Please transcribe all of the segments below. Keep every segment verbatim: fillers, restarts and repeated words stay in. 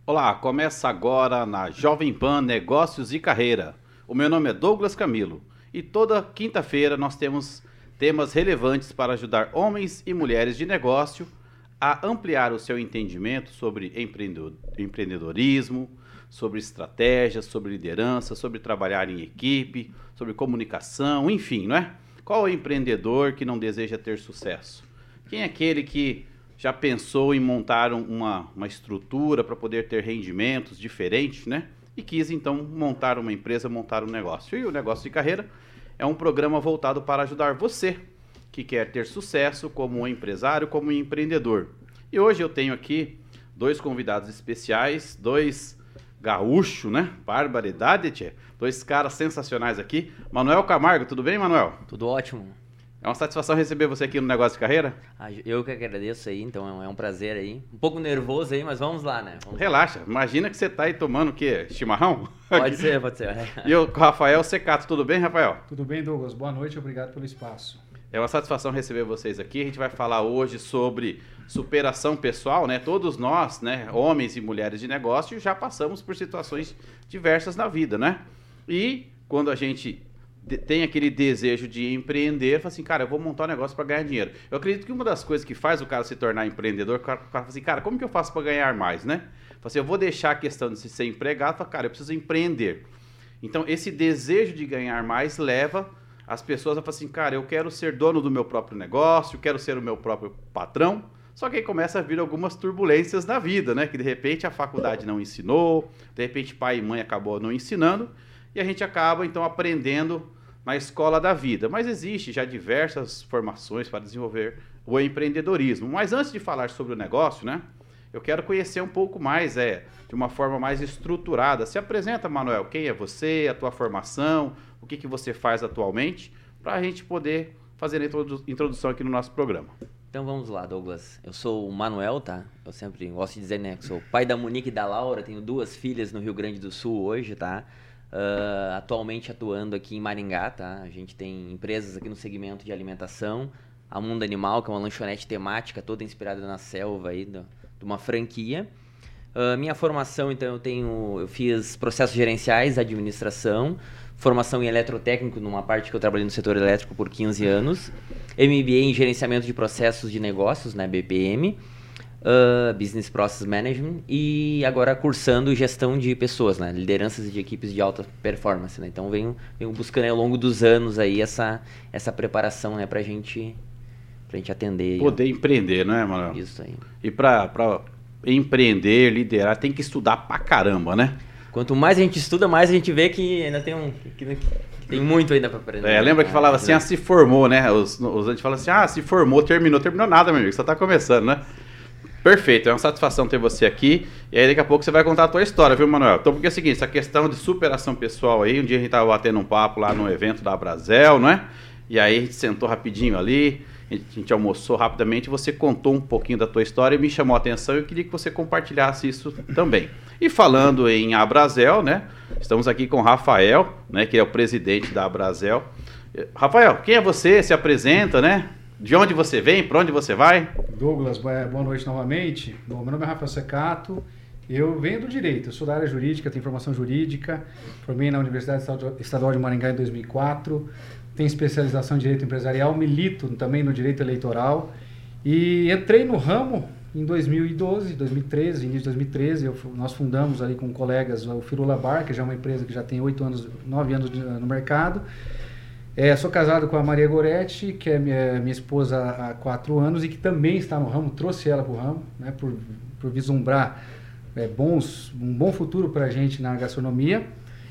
Olá, começa agora na Jovem Pan Negócios e Carreira. O meu nome é Douglas Camilo e toda quinta-feira nós temos temas relevantes para ajudar homens e mulheres de negócio a ampliar o seu entendimento sobre empreendedorismo, sobre estratégias, sobre liderança, sobre trabalhar em equipe, sobre comunicação, enfim, não é? Qual é o empreendedor que não deseja ter sucesso? Quem é aquele que já pensou em montar uma, uma estrutura para poder ter rendimentos diferentes, né? E quis então montar uma empresa, montar um negócio. E o Negócio de Carreira é um programa voltado para ajudar você que quer ter sucesso como um empresário, como um empreendedor. E hoje eu tenho aqui dois convidados especiais, dois gaúchos, né? Barbaridade, tchê. Dois caras sensacionais aqui. Manuel Camargo, tudo bem, Manuel? Tudo ótimo. É uma satisfação receber você aqui no Negócio de Carreira. Ah, eu que agradeço aí, então é um prazer aí. Um pouco nervoso aí, mas vamos lá, né? Vamos Relaxa, lá. Imagina que você tá aí tomando o quê? Chimarrão? Pode ser, pode ser. E o Rafael Secato, tudo bem, Rafael? Tudo bem, Douglas? Boa noite, obrigado pelo espaço. É uma satisfação receber vocês aqui. A gente vai falar hoje sobre superação pessoal, né? Todos nós, né, homens e mulheres de negócio, já passamos por situações diversas na vida, né? E quando a gente tem aquele desejo de empreender, fala assim, cara, eu vou montar um negócio para ganhar dinheiro. Eu acredito que uma das coisas que faz o cara se tornar empreendedor, o cara fala assim, cara, como que eu faço para ganhar mais, né? Fala assim, eu vou deixar a questão de ser empregado, fala, cara, eu preciso empreender. Então, esse desejo de ganhar mais leva as pessoas a falar assim, cara, eu quero ser dono do meu próprio negócio, quero ser o meu próprio patrão. Só que aí começa a vir algumas turbulências na vida, né? Que de repente a faculdade não ensinou, de repente pai e mãe acabou não ensinando, e a gente acaba então aprendendo na escola da vida. Mas existe já diversas formações para desenvolver o empreendedorismo. Mas antes de falar sobre o negócio, né? Eu quero conhecer um pouco mais, é, de uma forma mais estruturada. Se apresenta, Manuel, quem é você, a tua formação, o que, que você faz atualmente, para a gente poder fazer a introdu- introdução aqui no nosso programa. Então vamos lá, Douglas. Eu sou o Manuel, tá? Eu sempre gosto de dizer, né, que sou pai da Monique e da Laura, tenho duas filhas no Rio Grande do Sul hoje, tá? Uh, atualmente atuando aqui em Maringá, tá? A gente tem empresas aqui no segmento de alimentação, a Mundo Animal, que é uma lanchonete temática toda inspirada na selva aí, do, de uma franquia. Uh, minha formação, então, eu tenho, eu fiz processos gerenciais, administração, formação em eletrotécnico, numa parte que eu trabalhei no setor elétrico por quinze anos, M B A em gerenciamento de processos de negócios, né, B P M, Uh, Business Process Management, e agora cursando gestão de pessoas, né? Lideranças de equipes de alta performance, né? Então venho, venho buscando ao longo dos anos aí essa, essa preparação, né? Pra gente, pra gente atender. Poder empreender, né, Manuel? Isso aí. E pra, pra empreender, liderar, tem que estudar pra caramba, né? Quanto mais a gente estuda, mais a gente vê que ainda tem um que, que tem muito ainda pra aprender. É, lembra que falava assim, ah, se formou, né? Os, os antes falam assim, ah, se formou, terminou, terminou nada, meu amigo, só tá começando, né? Perfeito, é uma satisfação ter você aqui. E aí daqui a pouco você vai contar a tua história, viu, Manuel? Então, porque é o seguinte, essa questão de superação pessoal aí, um dia a gente tava batendo um papo lá no evento da Abrazel, não é? E aí a gente sentou rapidinho ali, a gente almoçou rapidamente, você contou um pouquinho da tua história e me chamou a atenção e eu queria que você compartilhasse isso também. E falando em Abrazel, né? Estamos aqui com o Rafael, né? Que é o presidente da Abrazel. Rafael, quem é você? Se apresenta, né? De onde você vem? Para onde você vai? Douglas, boa noite novamente. Bom, meu nome é Rafael Secato, eu venho do direito, eu sou da área jurídica, tenho formação jurídica, formei na Universidade Estadual de Maringá em dois mil e quatro, tenho especialização em direito empresarial, milito também no direito eleitoral e entrei no ramo em dois mil e doze, dois mil e treze, início de dois mil e treze, eu, nós fundamos ali com colegas o Firula Bar, que já é uma empresa que já tem oito anos, nove anos no mercado. É, sou casado com a Maria Goretti, que é minha, minha esposa há quatro anos e que também está no ramo, trouxe ela para o ramo, né, por, por vislumbrar é, bons, um bom futuro para a gente na gastronomia.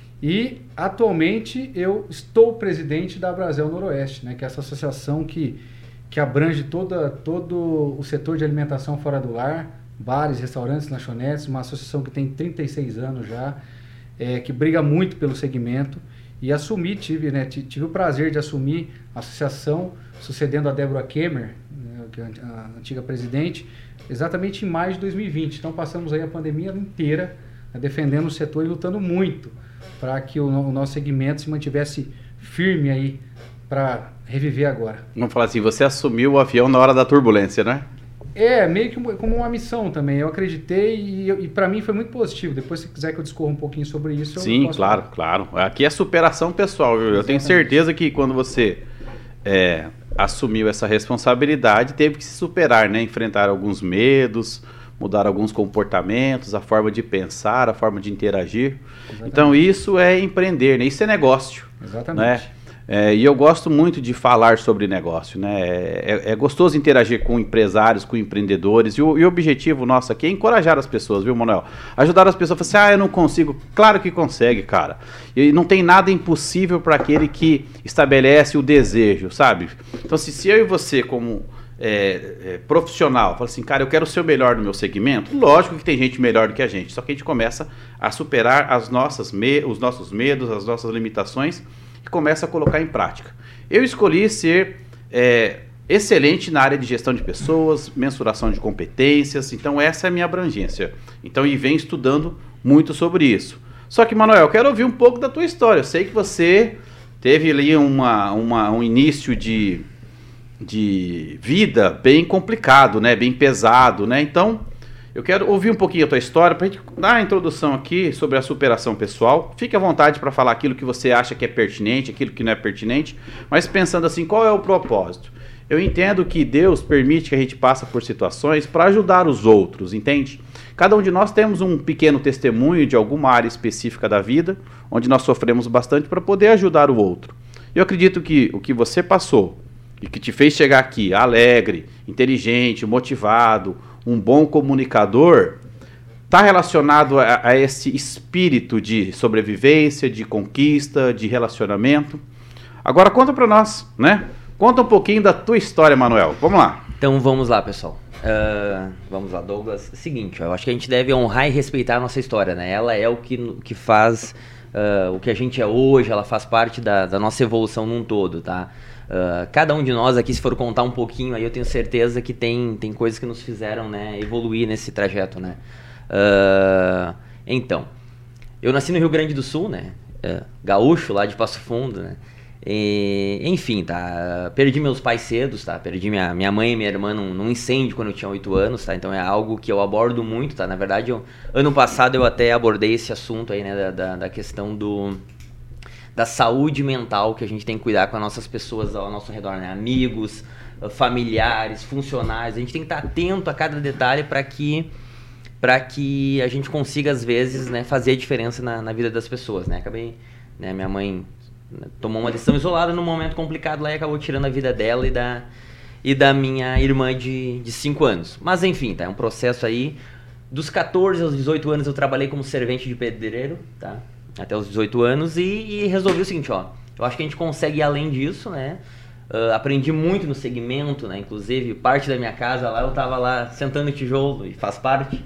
E atualmente eu estou presidente da Abrazel Noroeste, né, que é essa associação que, que abrange toda, todo o setor de alimentação fora do lar, bares, restaurantes, lanchonetes, uma associação que tem trinta e seis anos já, é, que briga muito pelo segmento. E assumi, tive, né, tive o prazer de assumir a associação, sucedendo a Débora Kemmer, né, que é a antiga presidente, exatamente em maio de dois mil e vinte. Então passamos aí a pandemia inteira, né, defendendo o setor e lutando muito para que o, o nosso segmento se mantivesse firme aí para reviver agora. Vamos falar assim, você assumiu o avião na hora da turbulência, né? É, meio que como uma missão também. Eu acreditei e, e para mim foi muito positivo. Depois, se quiser que eu discorra um pouquinho sobre isso, eu Sim, posso claro, falar. claro. Aqui é superação pessoal, viu? Eu tenho certeza que quando você é, assumiu essa responsabilidade, teve que se superar, né? Enfrentar alguns medos, mudar alguns comportamentos, a forma de pensar, a forma de interagir. Exatamente. Então, isso é empreender, né? Isso é negócio. Exatamente. Né? É, e eu gosto muito de falar sobre negócio, né? É, é gostoso interagir com empresários, com empreendedores. E o, e o objetivo nosso aqui é encorajar as pessoas, viu, Manuel? Ajudar as pessoas a falar assim, ah, eu não consigo. Claro que consegue, cara. E não tem nada impossível para aquele que estabelece o desejo, sabe? Então, se, se eu e você, como é, é, profissional, fala assim, cara, eu quero ser o melhor no meu segmento, lógico que tem gente melhor do que a gente. Só que a gente começa a superar as nossas me- os nossos medos, as nossas limitações, e começa a colocar em prática. Eu escolhi ser é, excelente na área de gestão de pessoas, mensuração de competências, então essa é a minha abrangência. Então, e venho estudando muito sobre isso. Só que, Manuel, eu quero ouvir um pouco da tua história. Eu sei que você teve ali uma, uma, um início de, de vida bem complicado, né? Bem pesado, né? Então, eu quero ouvir um pouquinho a tua história para a gente dar a introdução aqui sobre a superação pessoal. Fique à vontade para falar aquilo que você acha que é pertinente, aquilo que não é pertinente, mas pensando assim, qual é o propósito? Eu entendo que Deus permite que a gente passe por situações para ajudar os outros, entende? Cada um de nós temos um pequeno testemunho de alguma área específica da vida, onde nós sofremos bastante para poder ajudar o outro. Eu acredito que o que você passou e que te fez chegar aqui alegre, inteligente, motivado, um bom comunicador, está relacionado a, a esse espírito de sobrevivência, de conquista, de relacionamento. Agora conta para nós, né? Conta um pouquinho da tua história, Manuel. Vamos lá. Então vamos lá, pessoal. Uh, vamos lá, Douglas. Seguinte, eu acho que a gente deve honrar e respeitar a nossa história, né? Ela é o que, que faz uh, o que a gente é hoje, ela faz parte da, da nossa evolução num todo, tá? Uh, cada um de nós aqui, se for contar um pouquinho, aí eu tenho certeza que tem, tem coisas que nos fizeram, né, evoluir nesse trajeto, né? Uh, então, eu nasci no Rio Grande do Sul, né? Uh, gaúcho, lá de Passo Fundo, né? E, enfim, tá? Perdi meus pais cedos, tá? Perdi minha, minha mãe e minha irmã num, num incêndio quando eu tinha oito anos, tá? Então é algo que eu abordo muito, tá? Na verdade, eu, ano passado eu até abordei esse assunto aí, né? Da, da, da questão do... da saúde mental que a gente tem que cuidar com as nossas pessoas ao nosso redor, né? Amigos, familiares, funcionários. A gente tem que estar atento a cada detalhe para que, para que a gente consiga, às vezes, né, fazer a diferença na, na vida das pessoas, né? Acabei, né, minha mãe tomou uma decisão isolada num momento complicado lá e acabou tirando a vida dela e da, e da minha irmã de, de cinco anos. Mas, enfim, tá? É um processo aí. Dos catorze aos dezoito anos eu trabalhei como servente de pedreiro, tá? Até os dezoito anos, e, e resolvi o seguinte, ó, eu acho que a gente consegue ir além disso, né? Uh, aprendi muito no segmento, né? Inclusive, parte da minha casa lá, eu tava lá sentando tijolo, e faz parte.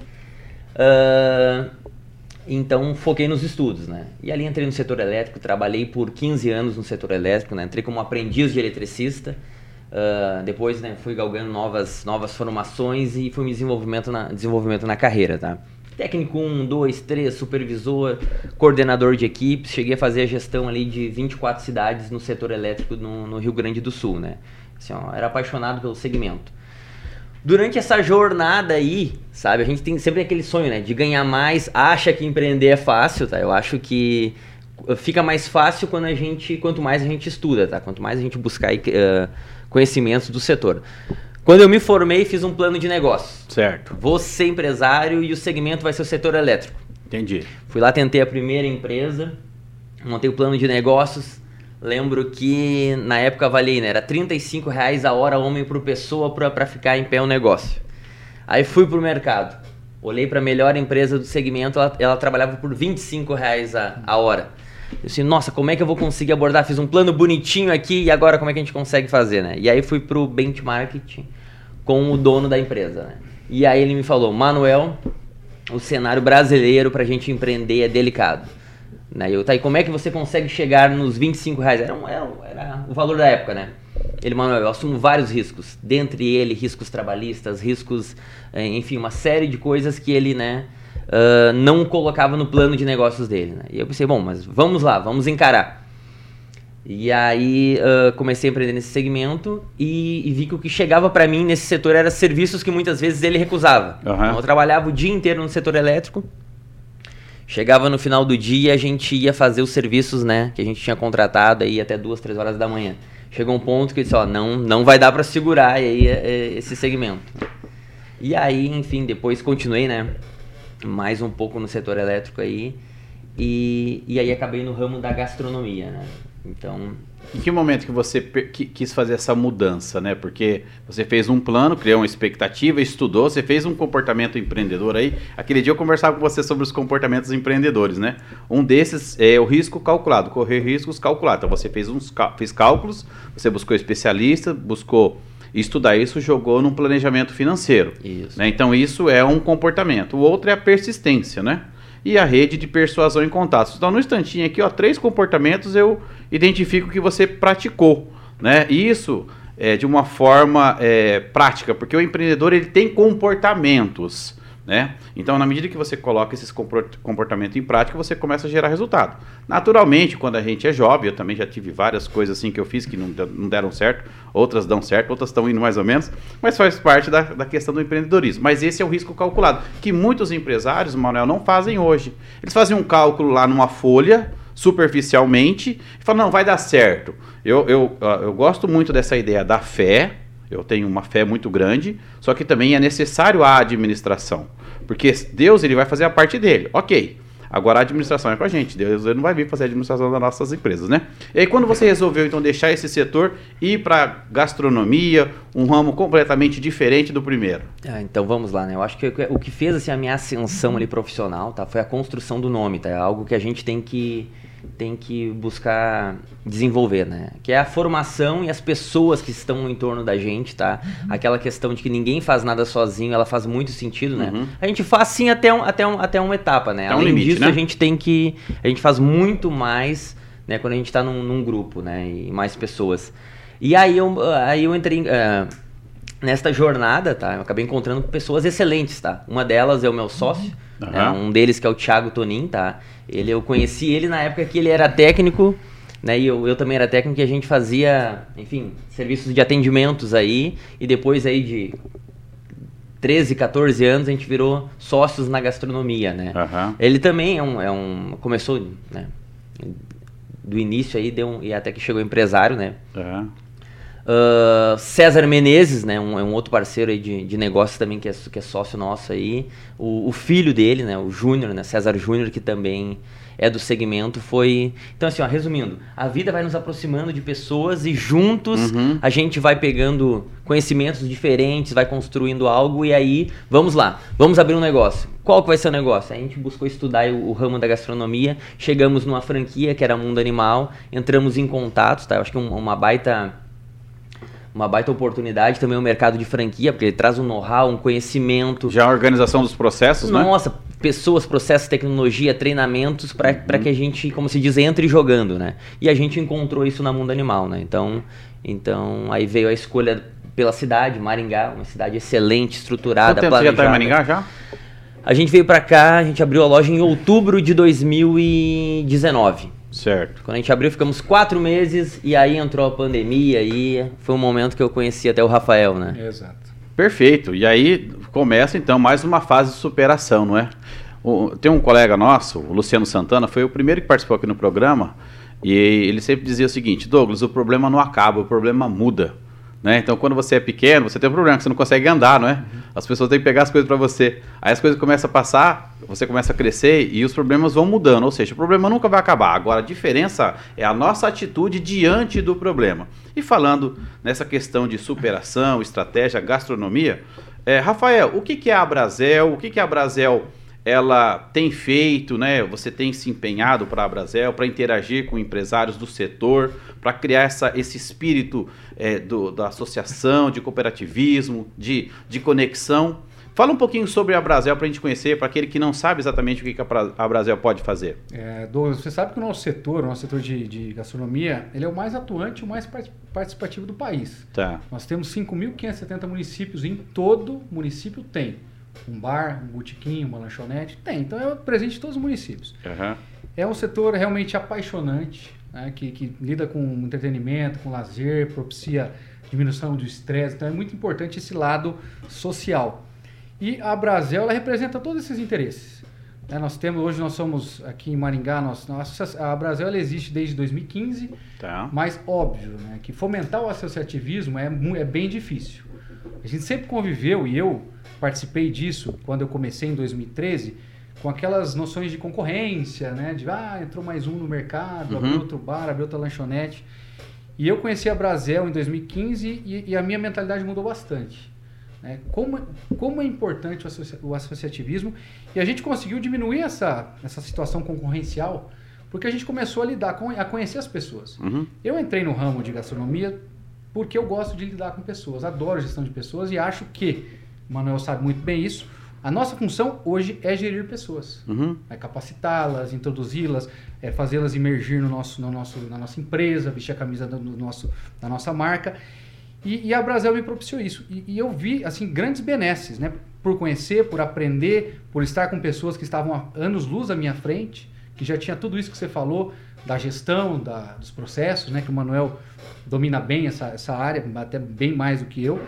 Uh, então, foquei nos estudos, né? E ali entrei no setor elétrico, trabalhei por quinze anos no setor elétrico, né? Entrei como aprendiz de eletricista. Uh, depois, né, fui galgando novas, novas formações e fui me desenvolvimento na, desenvolvimento na carreira, tá? Técnico um, dois, três, supervisor, coordenador de equipes. Cheguei a fazer a gestão ali de vinte e quatro cidades no setor elétrico no, no Rio Grande do Sul, né? Assim, ó, era apaixonado pelo segmento. Durante essa jornada aí, sabe, a gente tem sempre aquele sonho, né, de ganhar mais, acha que empreender é fácil, tá? Eu acho que fica mais fácil quando a gente, quanto mais a gente estuda, tá? Quanto mais a gente buscar uh, conhecimentos do setor. Quando eu me formei, fiz um plano de negócio. Certo. Vou ser empresário e o segmento vai ser o setor elétrico. Entendi. Fui lá, tentei a primeira empresa, montei o plano de negócios. Lembro que na época avaliei, né? Era trinta e cinco reais a hora homem por pessoa para ficar em pé o negócio. Aí fui pro mercado. Olhei para a melhor empresa do segmento, ela, ela trabalhava por vinte e cinco reais a, a hora. Eu disse, nossa, como é que eu vou conseguir abordar? Fiz um plano bonitinho aqui e agora como é que a gente consegue fazer, né? E aí fui pro benchmarking com o dono da empresa, né? E aí ele me falou, Manuel, o cenário brasileiro pra gente empreender é delicado. Né? Eu, tá, e como é que você consegue chegar nos vinte e cinco reais? Era, um, era, era o valor da época, né? Ele, Manuel, eu assumo vários riscos. Dentre ele, riscos trabalhistas, riscos, enfim, uma série de coisas que ele, né, uh, não colocava no plano de negócios dele. Né? E eu pensei, bom, mas vamos lá, vamos encarar. E aí uh, comecei a empreender nesse segmento e, e vi que o que chegava para mim nesse setor era serviços que muitas vezes ele recusava. Uhum. Então, eu trabalhava o dia inteiro no setor elétrico, chegava no final do dia, a gente ia fazer os serviços, né, que a gente tinha contratado aí até duas, três horas da manhã. Chegou um ponto que eu disse, ó, não, não vai dar para segurar aí esse segmento. E aí, enfim, depois continuei, né, mais um pouco no setor elétrico aí e, e aí acabei no ramo da gastronomia, né. Então, em que momento que você quis fazer essa mudança, né? Porque você fez um plano, criou uma expectativa, estudou, você fez um comportamento empreendedor aí. Aquele dia eu conversava com você sobre os comportamentos empreendedores, né? Um desses é o risco calculado, correr riscos calculados. Então você fez uns fez cálculos, você buscou especialista, buscou estudar isso, jogou num planejamento financeiro. Isso. Né? Então isso é um comportamento. O outro é a persistência, né? E a rede de persuasão em contatos. Então, no instantinho aqui, ó, três comportamentos eu identifico que você praticou, né? E isso é de uma forma é, prática, porque o empreendedor ele tem comportamentos, né? Então, na medida que você coloca esses comportamentos em prática, você começa a gerar resultado. Naturalmente, quando a gente é jovem, eu também já tive várias coisas assim que eu fiz que não, não deram certo, outras dão certo, outras estão indo mais ou menos, mas faz parte da, da questão do empreendedorismo. Mas esse é o risco calculado, que muitos empresários, Manuel, não fazem hoje. Eles fazem um cálculo lá numa folha, superficialmente, e falam, não, vai dar certo. Eu, eu, eu gosto muito dessa ideia da fé, eu tenho uma fé muito grande, só que também é necessário a administração. Porque Deus ele vai fazer a parte dele. Ok. Agora a administração é com a gente. Deus ele não vai vir fazer a administração das nossas empresas, né? E aí quando você resolveu então deixar esse setor e ir para gastronomia, um ramo completamente diferente do primeiro? Ah, então vamos lá, né? Eu acho que o que fez assim, a minha ascensão ali profissional, tá? Foi a construção do nome, tá? É algo que a gente tem que tem que buscar desenvolver, né? Que é a formação e as pessoas que estão em torno da gente, tá? Uhum. Aquela questão de que ninguém faz nada sozinho, ela faz muito sentido, né? Uhum. A gente faz sim até, um, até, um, até uma etapa, né? É um Além limite, disso, né? a gente tem que... A gente faz muito mais, né? Quando a gente tá num, num grupo, né? E mais pessoas. E aí eu, aí eu entrei... Uh, nesta jornada, tá? Eu acabei encontrando pessoas excelentes, tá? Uma delas é o meu sócio, uhum. né? Um deles que é o Thiago Tonin, tá? Ele, eu conheci ele na época que ele era técnico, né? E eu, eu também era técnico e a gente fazia, enfim, serviços de atendimentos aí. E depois aí de treze, quatorze anos a gente virou sócios na gastronomia, né? Uhum. Ele também é um... É um começou, né? Do início aí, deu um, e até que chegou empresário, né? Uhum. Uh, César Menezes, né, um, é um outro parceiro aí de, de negócio também que é, que é sócio nosso aí. O, o filho dele, né, o Júnior, né, César Júnior, que também é do segmento, foi... Então assim, ó, resumindo, a vida vai nos aproximando de pessoas e juntos uhum. a gente vai pegando conhecimentos diferentes, vai construindo algo e aí, vamos lá, vamos abrir um negócio. Qual que vai ser o negócio? Aí a gente buscou estudar o, o ramo da gastronomia, chegamos numa franquia que era Mundo Animal, entramos em contatos, tá? Eu acho que um, uma baita... Uma baita oportunidade também o mercado de franquia, porque ele traz um know-how, um conhecimento. Já a organização dos processos, Nossa, né? Nossa, pessoas, processos, tecnologia, treinamentos, para uhum. que a gente, como se diz, entre jogando, né? E a gente encontrou isso na Mundo Animal, né? Então, então aí veio a escolha pela cidade, Maringá, uma cidade excelente, estruturada, planejada. Quanto tempo você já está em Maringá já? A gente veio para cá, a gente abriu a loja em outubro de dois mil e dezenove. Certo. Quando a gente abriu, ficamos quatro meses e aí entrou a pandemia e foi um momento que eu conheci até o Rafael, né? Exato. Perfeito. E aí começa então mais uma fase de superação, não é? O, tem um colega nosso, o Luciano Santana, foi o primeiro que participou aqui no programa e ele sempre dizia o seguinte: Douglas, o problema não acaba, o problema muda. Né? Então, quando você é pequeno, você tem um problema, que você não consegue andar, não é? Uhum. As pessoas têm que pegar as coisas para você. Aí as coisas começam a passar, você começa a crescer e os problemas vão mudando. Ou seja, o problema nunca vai acabar. Agora, a diferença é a nossa atitude diante do problema. E falando nessa questão de superação, estratégia, gastronomia, é, Rafael, o que, que é a Abrazel? O que, que a Abrazel ela tem feito, né? Você tem se empenhado para a Abrazel, para interagir com empresários do setor, para criar essa, esse espírito é, do, da associação, de cooperativismo, de, de conexão. Fala um pouquinho sobre a Abrazel para a gente conhecer, para aquele que não sabe exatamente o que, que a Abrazel pode fazer. É, Douglas, você sabe que o nosso setor, o nosso setor de, de gastronomia, ele é o mais atuante e o mais participativo do país. Tá. Nós temos cinco mil quinhentos e setenta municípios, em todo município tem um bar, um botequim, uma lanchonete, tem. Então é presente em todos os municípios. Uhum. É um setor realmente apaixonante, né, que, que lida com entretenimento, com lazer, propicia diminuição do estresse. Então é muito importante esse lado social. E a Brasel, ela representa todos esses interesses. É, nós temos, hoje nós somos aqui em Maringá, nós, nós, a Brasel ela existe desde dois mil e quinze, tá. Mas óbvio, né, que fomentar o associativismo é, é bem difícil. A gente sempre conviveu, e eu participei disso quando eu comecei em dois mil e treze, com aquelas noções de concorrência, né, de ah, entrou mais um no mercado, uhum. abriu outro bar, abriu outra lanchonete. E eu conheci a Brasel em dois mil e quinze e, e a minha mentalidade mudou bastante. É, como, como é importante o, associa, o associativismo, e a gente conseguiu diminuir essa, essa situação concorrencial porque a gente começou a lidar com, a conhecer as pessoas. Uhum. Eu entrei no ramo de gastronomia porque eu gosto de lidar com pessoas, adoro gestão de pessoas e acho que, o Manuel sabe muito bem isso, a nossa função hoje é gerir pessoas, uhum. é capacitá-las, introduzi-las, é fazê-las emergir no nosso, no nosso, na nossa empresa, vestir a camisa do nosso, da nossa marca. E, e a Brasel me propiciou isso. E, e eu vi assim, grandes benesses, né? Por conhecer, por aprender, por estar com pessoas que estavam a anos-luz à minha frente, que já tinha tudo isso que você falou, da gestão, da, dos processos, né? Que o Manuel domina bem essa, essa área, até bem mais do que eu.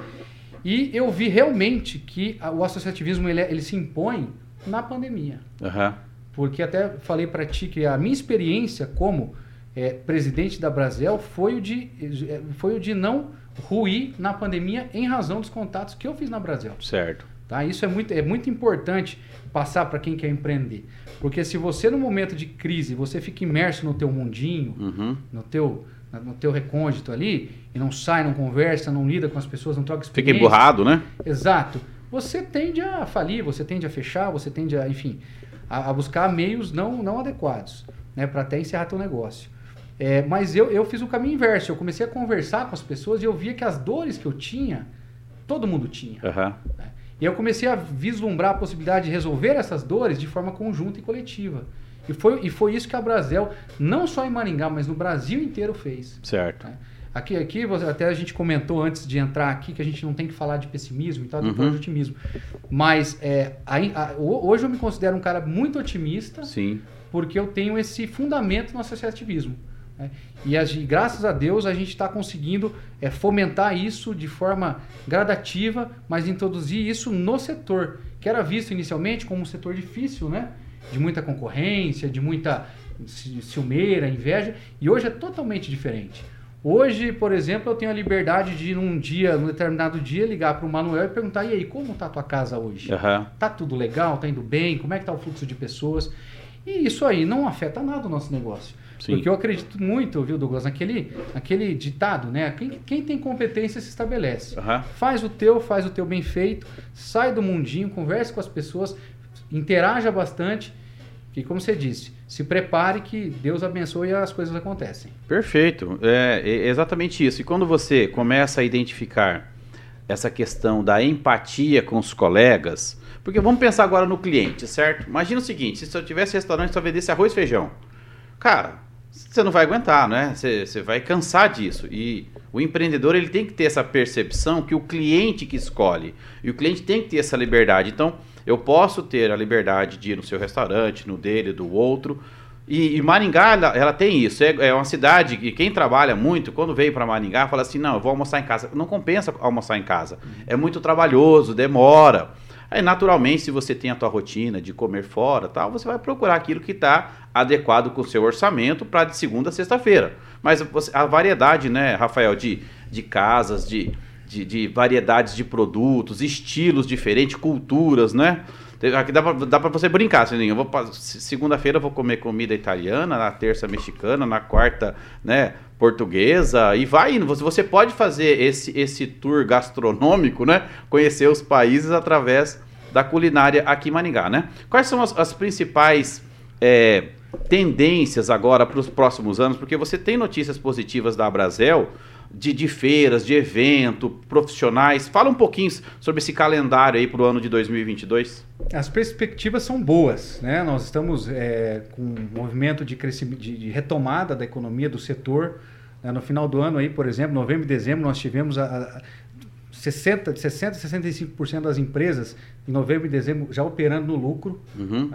E eu vi realmente que a, o associativismo ele, ele se impõe na pandemia. Uhum. Porque até falei para ti que a minha experiência como é, presidente da Brasel foi o de, foi o de não ruir na pandemia em razão dos contatos que eu fiz na Brasel. Certo. Tá? Isso é muito, é muito importante passar para quem quer empreender. Porque se você, no momento de crise, você fica imerso no teu mundinho, uhum. no teu, no teu recôndito ali, e não sai, não conversa, não lida com as pessoas, não troca experiência. Fica emburrado, né? Exato. Você tende a falir, você tende a fechar, você tende a, enfim, a, a buscar meios não, não adequados, né, para até encerrar teu negócio. É, mas eu, eu fiz o caminho inverso. Eu comecei a conversar com as pessoas e eu via que as dores que eu tinha, todo mundo tinha. Uhum. Né? E eu comecei a vislumbrar a possibilidade de resolver essas dores de forma conjunta e coletiva. E foi, e foi isso que a Brasel, não só em Maringá, mas no Brasil inteiro fez. Certo. Né? Aqui, aqui, até a gente comentou antes de entrar aqui que a gente não tem que falar de pessimismo e tal, tem que falar de otimismo. Mas é, a, a, hoje eu me considero um cara muito otimista. Sim. Porque eu tenho esse fundamento no associativismo. Né? E, a, e graças a Deus a gente está conseguindo é, fomentar isso de forma gradativa, mas introduzir isso no setor, que era visto inicialmente como um setor difícil, né? De muita concorrência, de muita ciumeira, inveja, e hoje é totalmente diferente. Hoje, por exemplo, eu tenho a liberdade de, num dia, num determinado dia, ligar para o Manuel e perguntar: e aí, como está a tua casa hoje? Uhum. Tá tudo legal? Tá indo bem? Como é que está o fluxo de pessoas? E isso aí não afeta nada o nosso negócio. Sim. Porque eu acredito muito, viu, Douglas, naquele, naquele ditado, né? Quem, quem tem competência se estabelece. Uhum. Faz o teu, faz o teu bem feito, sai do mundinho, converse com as pessoas, interaja bastante, que, como você disse, se prepare que Deus abençoe e as coisas acontecem. Perfeito. É, é exatamente isso. E quando você começa a identificar essa questão da empatia com os colegas, porque vamos pensar agora no cliente, certo? Imagina o seguinte, se eu tivesse restaurante e só vendesse arroz e feijão, cara, você não vai aguentar, né? Você, você vai cansar disso. E o empreendedor, ele tem que ter essa percepção que o cliente que escolhe, e o cliente tem que ter essa liberdade. Então, eu posso ter a liberdade de ir no seu restaurante, no dele, do outro. E, e Maringá, ela, ela tem isso. É, é uma cidade que quem trabalha muito, quando veio para Maringá, fala assim, não, eu vou almoçar em casa. Não compensa almoçar em casa. É muito trabalhoso, demora. Aí, naturalmente, se você tem a tua rotina de comer fora, tal, você vai procurar aquilo que está adequado com o seu orçamento para de segunda a sexta-feira. Mas você, a variedade, né, Rafael, de, de casas, de, de, de variedades de produtos, estilos diferentes, culturas, né? Aqui dá pra, dá pra você brincar, assim, eu vou segunda-feira eu vou comer comida italiana, na terça mexicana, na quarta, né, portuguesa, e vai indo. Você, você pode fazer esse, esse tour gastronômico, né, conhecer os países através da culinária aqui em Maringá, né? Quais são as, as principais é, tendências agora para os próximos anos? Porque você tem notícias positivas da Brasel, De, de feiras, de evento, profissionais. Fala um pouquinho sobre esse calendário aí para o ano de dois mil e vinte e dois. As perspectivas são boas, né? Nós estamos é, com um movimento de, crescimento, de, de retomada da economia do setor. Né? No final do ano, aí, por exemplo, novembro e dezembro, nós tivemos a, a sessenta, sessenta, sessenta e cinco por cento das empresas em novembro e dezembro já operando no lucro. Uhum. Tá?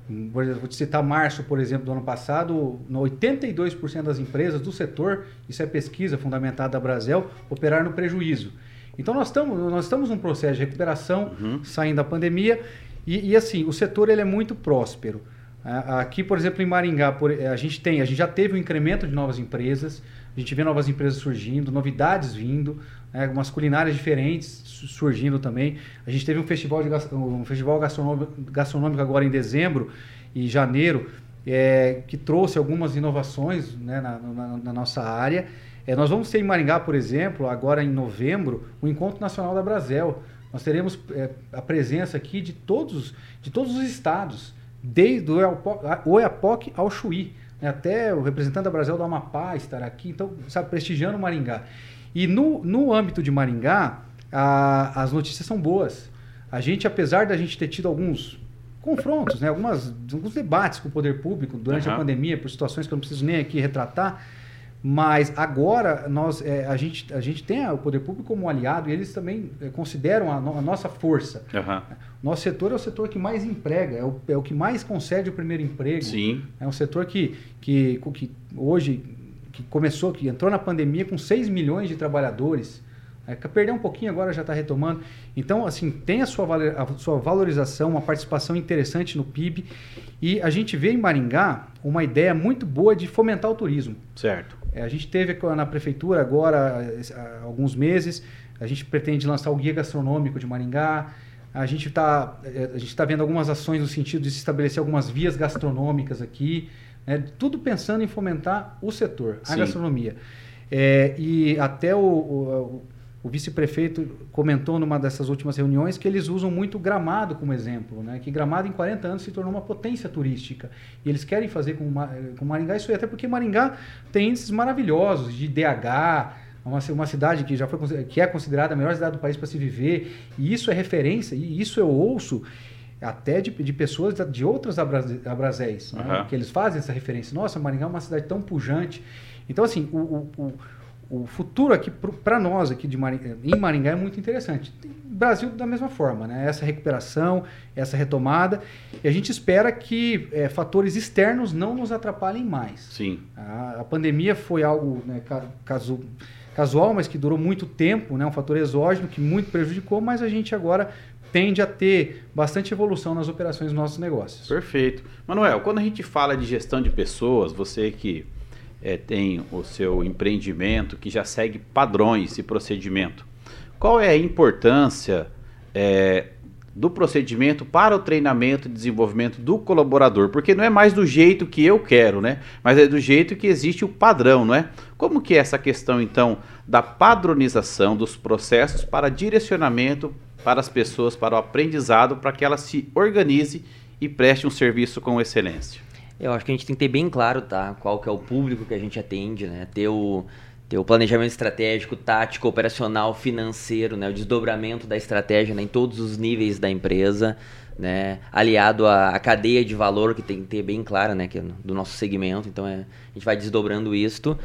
Vou te citar março, por exemplo, do ano passado, oitenta e dois por cento das empresas do setor, isso é pesquisa fundamentada da Brasel, operaram no prejuízo. Então nós estamos, nós estamos num processo de recuperação, uhum. saindo da pandemia, e, e assim, o setor ele é muito próspero. Aqui, por exemplo, em Maringá, a gente tem, a gente já teve um incremento de novas empresas, a gente vê novas empresas surgindo, novidades vindo, né, algumas culinárias diferentes surgindo também. A gente teve um festival, de, um festival gastronômico, gastronômico agora em dezembro e janeiro, é, que trouxe algumas inovações, né, na, na, na nossa área. É, nós vamos ter em Maringá, por exemplo, agora em novembro, o Encontro Nacional da Brasel. Nós teremos é, a presença aqui de todos, de todos os estados, desde o Oiapoque ao Chuí, né? Até o representante da Brasel do Amapá estará aqui, então, sabe, prestigiando Maringá. E no, no âmbito de Maringá, a, as notícias são boas. A gente, apesar da gente ter tido alguns confrontos, né? Algumas, alguns debates com o poder público durante uhum. a pandemia, por situações que eu não preciso nem aqui retratar, mas agora nós, é, a, gente, a gente tem o poder público como aliado e eles também é, consideram a, no, a nossa força. Uhum. Nosso setor é o setor que mais emprega, é o, é o que mais concede o primeiro emprego. Sim. É um setor que, que, que hoje que começou, que entrou na pandemia com seis milhões de trabalhadores. É, perdeu um pouquinho, agora já está retomando. Então, assim, tem a sua, a sua valorização, uma participação interessante no P I B. E a gente vê em Maringá uma ideia muito boa de fomentar o turismo. Certo. É, a gente teve na prefeitura agora, há alguns meses, a gente pretende lançar o Guia Gastronômico de Maringá. A gente está a gente tá vendo algumas ações no sentido de se estabelecer algumas vias gastronômicas aqui, né? Tudo pensando em fomentar o setor, a Sim. gastronomia. É, e até o, o, o vice-prefeito comentou numa dessas últimas reuniões que eles usam muito Gramado como exemplo, né? Que Gramado em quarenta anos se tornou uma potência turística. E eles querem fazer com, com Maringá isso aí, até porque Maringá tem índices maravilhosos de D H, Uma, uma cidade que já foi que é considerada a melhor cidade do país para se viver, e isso é referência, e isso eu ouço até de, de pessoas de outras Abraséis, uhum. né, que eles fazem essa referência. Nossa, Maringá é uma cidade tão pujante. Então, assim, o, o, o, o futuro aqui para nós aqui de Maringá, em Maringá é muito interessante. Brasil da mesma forma, né? Essa recuperação, essa retomada, e a gente espera que é, fatores externos não nos atrapalhem mais. Sim. A, a pandemia foi algo, né, caso casual, mas que durou muito tempo, né? Um fator exógeno que muito prejudicou, mas a gente agora tende a ter bastante evolução nas operações dos nossos negócios. Perfeito. Manuel, quando a gente fala de gestão de pessoas, você que é, tem o seu empreendimento, que já segue padrões e procedimento, qual é a importância é, do procedimento para o treinamento e desenvolvimento do colaborador? Porque não é mais do jeito que eu quero, né? Mas é do jeito que existe o padrão, não é? Como que é essa questão, então, da padronização dos processos para direcionamento para as pessoas, para o aprendizado, para que ela se organize e preste um serviço com excelência? Eu acho que a gente tem que ter bem claro, tá? Qual que é o público que a gente atende, né? Ter o, ter o planejamento estratégico, tático, operacional, financeiro, né? O desdobramento da estratégia, né? Em todos os níveis da empresa, né? Aliado à, à cadeia de valor, que tem que ter bem clara, né? Que é do nosso segmento. Então, é, a gente vai desdobrando isto.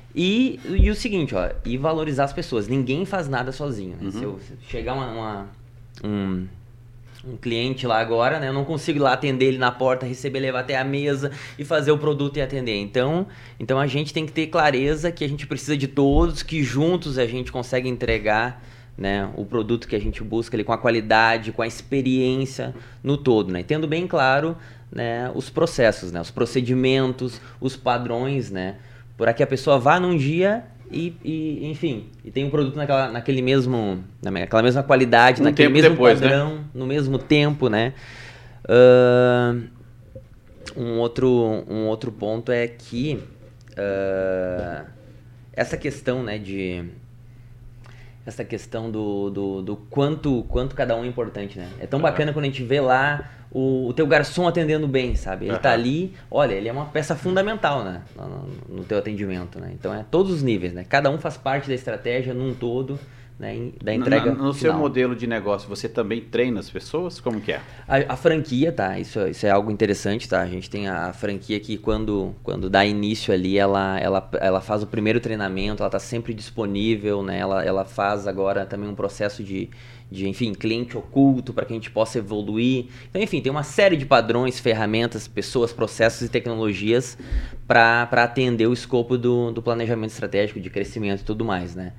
E, e o seguinte, ó, e valorizar as pessoas. Ninguém faz nada sozinho, né? Uhum. Se eu se chegar uma, uma, um, um cliente lá agora, né? Eu não consigo ir lá atender ele na porta, receber, levar até a mesa e fazer o produto e atender. Então, então a gente tem que ter clareza que a gente precisa de todos, que juntos a gente consegue entregar, né, o produto que a gente busca ali com a qualidade, com a experiência no todo, né? Tendo bem claro, né, os processos, né? Os procedimentos, os padrões, né? Para que a pessoa vá num dia e, e enfim, e tenha um produto naquela, naquele mesmo, naquela mesma qualidade, um naquele mesmo depois, padrão, né? No mesmo tempo, né? Uh, um, outro, um outro ponto é que uh, essa questão, né, de essa questão do, do, do quanto, quanto cada um é importante, né? É tão bacana quando a gente vê lá o, o teu garçom atendendo bem, sabe? Ele uhum. tá ali, olha, ele é uma peça fundamental, né? No, no teu atendimento, né? Então é todos os níveis, né? Cada um faz parte da estratégia num todo, né, da entrega No, no final. seu modelo de negócio, você também treina as pessoas? Como que é? A, a franquia, tá? Isso, isso é algo interessante, tá? A gente tem a franquia que quando, quando dá início ali, ela, ela, ela faz o primeiro treinamento, ela tá sempre disponível, né? Ela, ela faz agora também um processo de, de enfim, cliente oculto para que a gente possa evoluir. Então, enfim, tem uma série de padrões, ferramentas, pessoas, processos e tecnologias para atender o escopo do, do planejamento estratégico, de crescimento e tudo mais, né?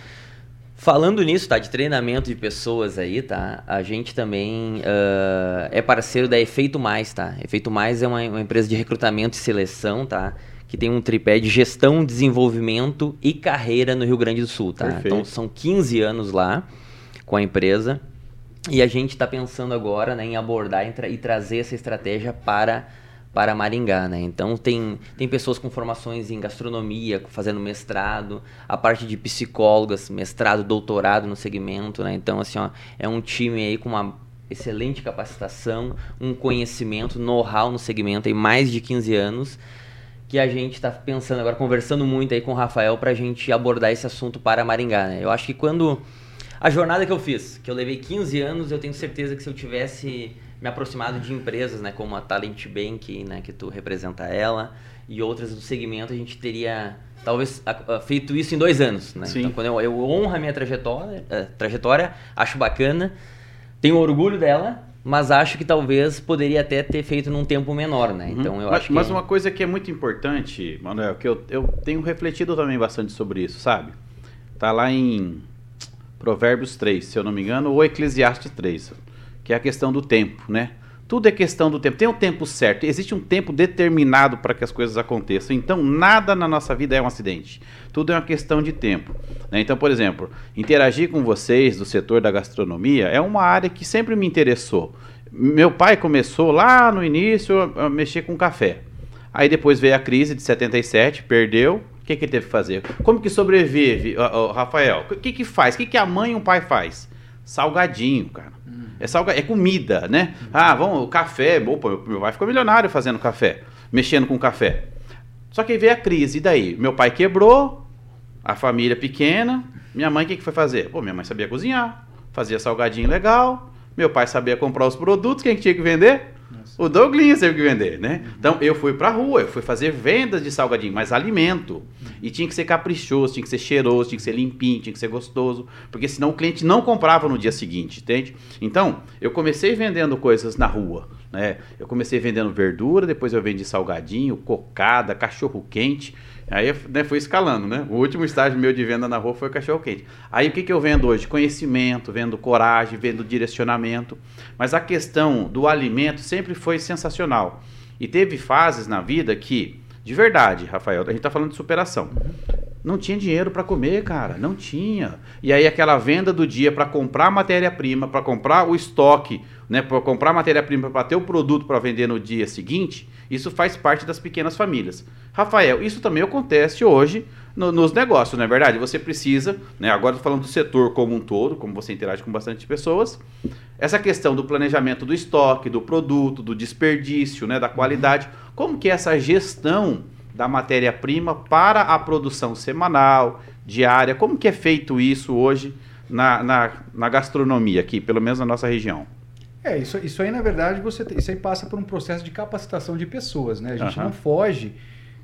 Falando nisso, tá, de treinamento de pessoas aí, tá, a gente também uh, é parceiro da Efeito Mais, tá? Efeito Mais é uma, uma empresa de recrutamento e seleção, tá? Que tem um tripé de gestão, desenvolvimento e carreira no Rio Grande do Sul, tá? Perfeito. Então, são quinze anos lá com a empresa e a gente está pensando agora, né, em abordar e, tra e trazer essa estratégia para... para Maringá, né? Então tem, tem pessoas com formações em gastronomia, fazendo mestrado, a parte de psicólogas, mestrado, doutorado no segmento, né? Então, assim, ó, é um time aí com uma excelente capacitação, um conhecimento, know-how no segmento aí, mais de quinze anos, que a gente está pensando agora, conversando muito aí com o Rafael para a gente abordar esse assunto para Maringá, né? Eu acho que quando... A jornada que eu fiz, que eu levei quinze anos, eu tenho certeza que se eu tivesse... me aproximado de empresas, né, como a Talent Bank, né, que tu representa ela, e outras do segmento, a gente teria talvez a, a, feito isso em dois anos, né? Sim. Então, quando eu, eu honro a minha trajetória, a trajetória, acho bacana, tenho orgulho dela, mas acho que talvez poderia até ter feito num tempo menor, né? Então, uhum. eu mas, acho que... Mas uma coisa que é muito importante, Manuel, que eu, eu tenho refletido também bastante sobre isso, sabe? Tá lá em Provérbios três, se eu não me engano, ou Eclesiastes três, que é a questão do tempo, né? Tudo é questão do tempo. Tem um tempo certo, existe um tempo determinado para que as coisas aconteçam. Então, nada na nossa vida é um acidente. Tudo é uma questão de tempo, né? Então, por exemplo, interagir com vocês do setor da gastronomia é uma área que sempre me interessou. Meu pai começou lá no início a mexer com café. Aí depois veio a crise de setenta e sete, perdeu. O que, que ele teve que fazer? Como que sobrevive, oh, oh, Rafael? O que que faz? O que, que a mãe e o pai faz? Salgadinho, cara. É, salga... é comida, né? Ah, vamos, o café. Opa, meu pai ficou milionário fazendo café, mexendo com café. Só que aí veio a crise, e daí? Meu pai quebrou, a família pequena. Minha mãe o que, que foi fazer? Pô, minha mãe sabia cozinhar, fazia salgadinho legal. Meu pai sabia comprar os produtos, quem que tinha que vender? Nossa. O Douglinhas teve que vender, né? Então eu fui pra rua, eu fui fazer vendas de salgadinho, mas alimento. E tinha que ser caprichoso, tinha que ser cheiroso, tinha que ser limpinho, tinha que ser gostoso, porque senão o cliente não comprava no dia seguinte, entende? Então, eu comecei vendendo coisas na rua, né? Eu comecei vendendo verdura, depois eu vendi salgadinho, cocada, cachorro quente. Aí, né, fui escalando, né? O último estágio meu de venda na rua foi cachorro quente. Aí o que, que eu vendo hoje? Conhecimento, vendo coragem, vendo direcionamento. Mas a questão do alimento sempre foi sensacional. E teve fases na vida que, de verdade, Rafael, a gente tá falando de superação. Não tinha dinheiro para comer, cara, não tinha. E aí aquela venda do dia para comprar matéria-prima, para comprar o estoque, né, para comprar matéria-prima para ter o produto para vender no dia seguinte, isso faz parte das pequenas famílias. Rafael, isso também acontece hoje no, nos negócios, não é verdade? Você precisa, né, agora estou falando do setor como um todo, como você interage com bastante pessoas, essa questão do planejamento do estoque, do produto, do desperdício, né, da qualidade, como que é essa gestão da matéria-prima para a produção semanal, diária, como que é feito isso hoje na, na, na gastronomia aqui, pelo menos na nossa região? É, isso, isso aí na verdade, você, isso aí passa por um processo de capacitação de pessoas, né? A gente uhum. não foge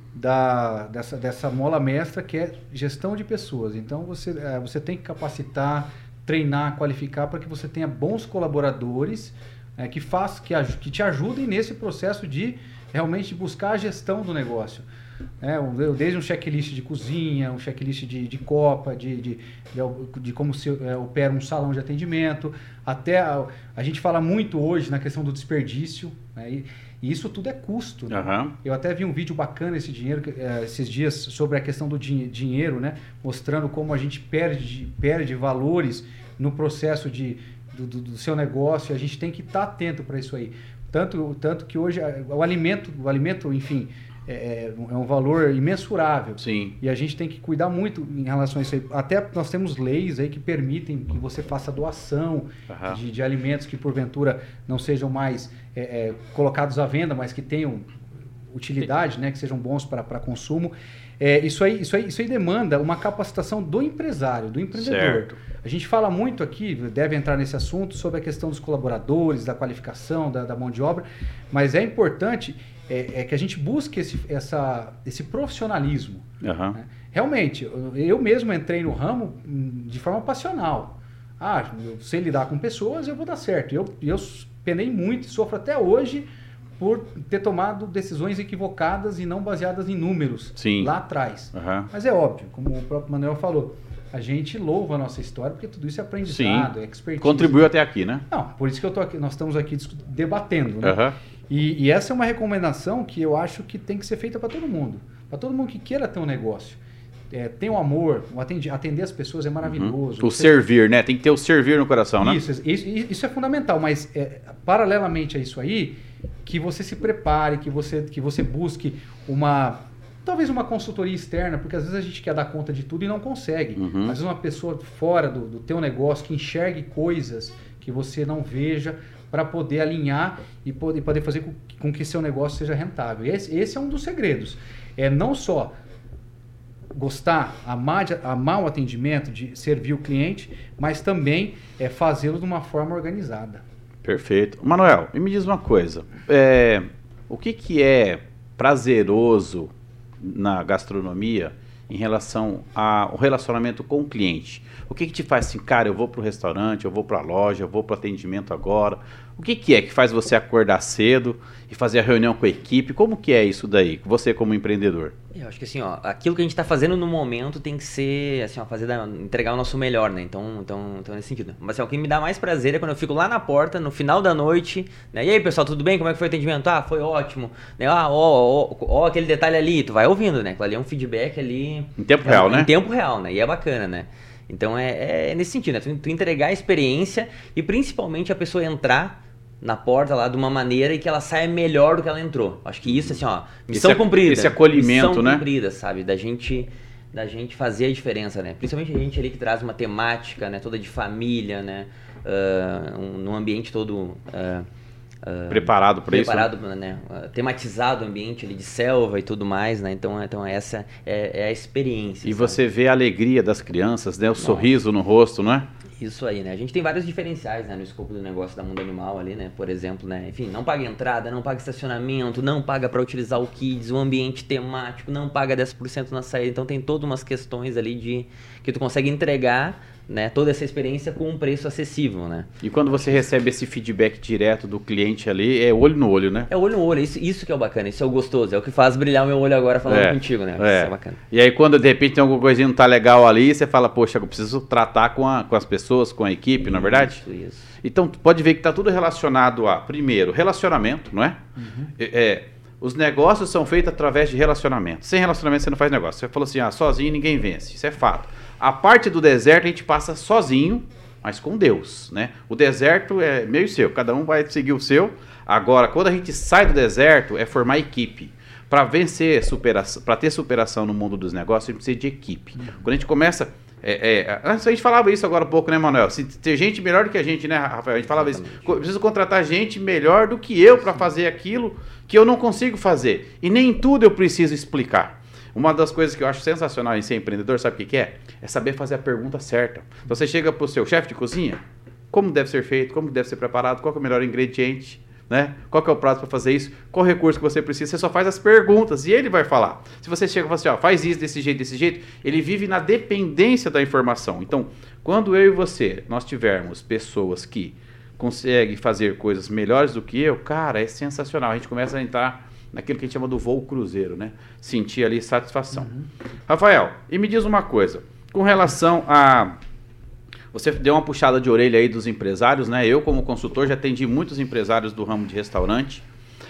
da, dessa, dessa mola mestra que é gestão de pessoas. Então você, é, você tem que capacitar, treinar, qualificar para que você tenha bons colaboradores é, que, faz, que, que te ajudem nesse processo de realmente buscar a gestão do negócio. É, desde um checklist de cozinha, um checklist de, de copa, de, de, de, de como se é, opera um salão de atendimento, até a, a gente fala muito hoje na questão do desperdício, né, e, e isso tudo é custo. Né? Uhum. Eu até vi um vídeo bacana esse dinheiro, é, esses dias sobre a questão do din dinheiro, né, mostrando como a gente perde, perde valores no processo de, do, do, do seu negócio, e a gente tem que estar atento para isso aí. Tanto, tanto que hoje o alimento, o alimento, enfim, é, é um valor imensurável. Sim. E a gente tem que cuidar muito em relação a isso aí. Até nós temos leis aí que permitem que você faça doação uhum. de, de alimentos que porventura não sejam mais é, é, colocados à venda, mas que tenham utilidade, né, que sejam bons para consumo. é, isso, aí, isso, aí, isso aí demanda uma capacitação do empresário, do empreendedor. Certo. A gente fala muito aqui, deve entrar nesse assunto, sobre a questão dos colaboradores, da qualificação, da, da mão de obra, mas é importante é, é que a gente busque esse, essa, esse profissionalismo. Uhum. Né? Realmente, eu, eu mesmo entrei no ramo de forma passional. Ah, eu sei lidar com pessoas, eu vou dar certo. Eu, eu penei muito e sofro até hoje por ter tomado decisões equivocadas e não baseadas em números. Sim. Lá atrás. Uhum. Mas é óbvio, como o próprio Manuel falou, a gente louva a nossa história porque tudo isso é aprendizado, Sim. é expertise. Contribuiu até aqui, né? Não, por isso que eu tô aqui, nós estamos aqui debatendo, né? Uhum. E, e essa é uma recomendação que eu acho que tem que ser feita para todo mundo. Para todo mundo que queira ter um negócio. É, tem o amor, o atender, atender as pessoas é maravilhoso. Uhum. O Você... servir, né? Tem que ter o servir no coração, né? Isso, isso, isso é fundamental, mas é, paralelamente a isso aí, que você se prepare, que você, que você busque uma, talvez uma consultoria externa, porque às vezes a gente quer dar conta de tudo e não consegue. Uhum. Às vezes uma pessoa fora do, do teu negócio que enxergue coisas que você não veja para poder alinhar e poder, poder fazer com, com que seu negócio seja rentável. Esse, esse é um dos segredos. É não só gostar, amar, amar o atendimento, de servir o cliente, mas também é fazê-lo de uma forma organizada. Perfeito. Manuel, e me diz uma coisa, é, o que, que é prazeroso na gastronomia em relação ao relacionamento com o cliente? O que, que te faz assim, cara, eu vou para o restaurante, eu vou para a loja, eu vou para o atendimento agora? O que, que é que faz você acordar cedo e fazer a reunião com a equipe? Como que é isso daí, você como empreendedor? Eu acho que assim, ó, aquilo que a gente está fazendo no momento tem que ser, assim, ó, fazer da, entregar o nosso melhor, né? Então, então, então nesse sentido. Mas assim, ó, o que me dá mais prazer é quando eu fico lá na porta, no final da noite, né? E aí, pessoal, tudo bem? Como é que foi o atendimento? Ah, foi ótimo. Né? Ah, ó, ó, ó, aquele detalhe ali, tu vai ouvindo, né? Aquilo ali é um feedback ali... Em tempo é, real, né? Em tempo real, né? E é bacana, né? Então é, é nesse sentido, né? Tu, tu entregar a experiência e principalmente a pessoa entrar na porta lá de uma maneira e que ela saia melhor do que ela entrou. Acho que isso, assim, ó, missão esse, cumprida. Esse acolhimento, missão né? cumprida, sabe? Da gente, da gente fazer a diferença, né? Principalmente a gente ali que traz uma temática, né? Toda de família, né? Uh, um, num ambiente todo... Uh, Uh, preparado para isso, preparado, né? Uh, tematizado o ambiente ali de selva e tudo mais, né? Então, então essa é, é a experiência. E sabe? você vê a alegria das crianças, né? O Nossa. sorriso no rosto, não é? Isso aí, né? A gente tem vários diferenciais, né, no escopo do negócio da Mundo Animal ali, né? Por exemplo, né? Enfim, não paga entrada, não paga estacionamento, não paga para utilizar o Kids, o ambiente temático, não paga dez por cento na saída. Então tem todas umas questões ali de que tu consegue entregar, né, toda essa experiência com um preço acessível, né? E quando você recebe esse feedback direto do cliente ali, é olho no olho, né? É olho no olho, isso, isso que é o bacana, isso é o gostoso, é o que faz brilhar o meu olho agora falando é, contigo, né? É. Isso é bacana. E aí quando de repente tem alguma coisinha que não tá legal ali, você fala, poxa, eu preciso tratar com, a, com as pessoas, com a equipe, isso, não é verdade? Isso, isso. Então, pode ver que tá tudo relacionado a, primeiro, relacionamento, não é? Uhum. É, é os negócios são feitos através de relacionamento. Sem relacionamento você não faz negócio. Você falou assim, ah, sozinho ninguém vence. Isso é fato. A parte do deserto a gente passa sozinho, mas com Deus, né? O deserto é meio e seu, cada um vai seguir o seu. Agora, quando a gente sai do deserto, é formar equipe. Para vencer, superação, para ter superação no mundo dos negócios, a gente precisa de equipe. Uhum. Quando a gente começa... É, é, antes a gente falava isso agora há pouco, né, Manuel? Se ter gente melhor do que a gente, né, Rafael? A gente falava Exatamente. isso. Preciso contratar gente melhor do que eu para fazer aquilo que eu não consigo fazer. E nem tudo eu preciso explicar. Uma das coisas que eu acho sensacional em ser empreendedor, sabe o que, que é? É saber fazer a pergunta certa. Então você chega para o seu chefe de cozinha, como deve ser feito, como deve ser preparado, qual é o melhor ingrediente, né? Qual que é o prato para fazer isso, qual recurso que você precisa, você só faz as perguntas e ele vai falar. Se você chega e fala assim, ó, faz isso desse jeito, desse jeito, ele vive na dependência da informação. Então, quando eu e você, nós tivermos pessoas que conseguem fazer coisas melhores do que eu, cara, é sensacional. A gente começa a entrar naquilo que a gente chama do voo cruzeiro, né? Sentir ali satisfação. Uhum. Rafael, e me diz uma coisa, com relação a... Você deu uma puxada de orelha aí dos empresários, né? Eu, como consultor, já atendi muitos empresários do ramo de restaurante.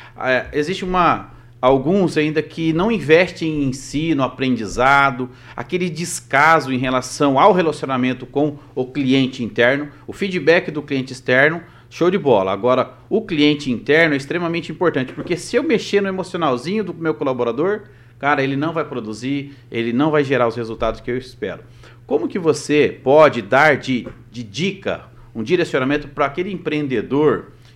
É, existe uma... Alguns ainda que não investem em si, no aprendizado, aquele descaso em relação ao relacionamento com o cliente interno, o feedback do cliente externo, show de bola. Agora, o cliente interno é extremamente importante, porque se eu mexer no emocionalzinho do meu colaborador, cara, ele não vai produzir, ele não vai gerar os resultados que eu espero. Como que você pode dar de, de dica, um direcionamento para aquele empreendedor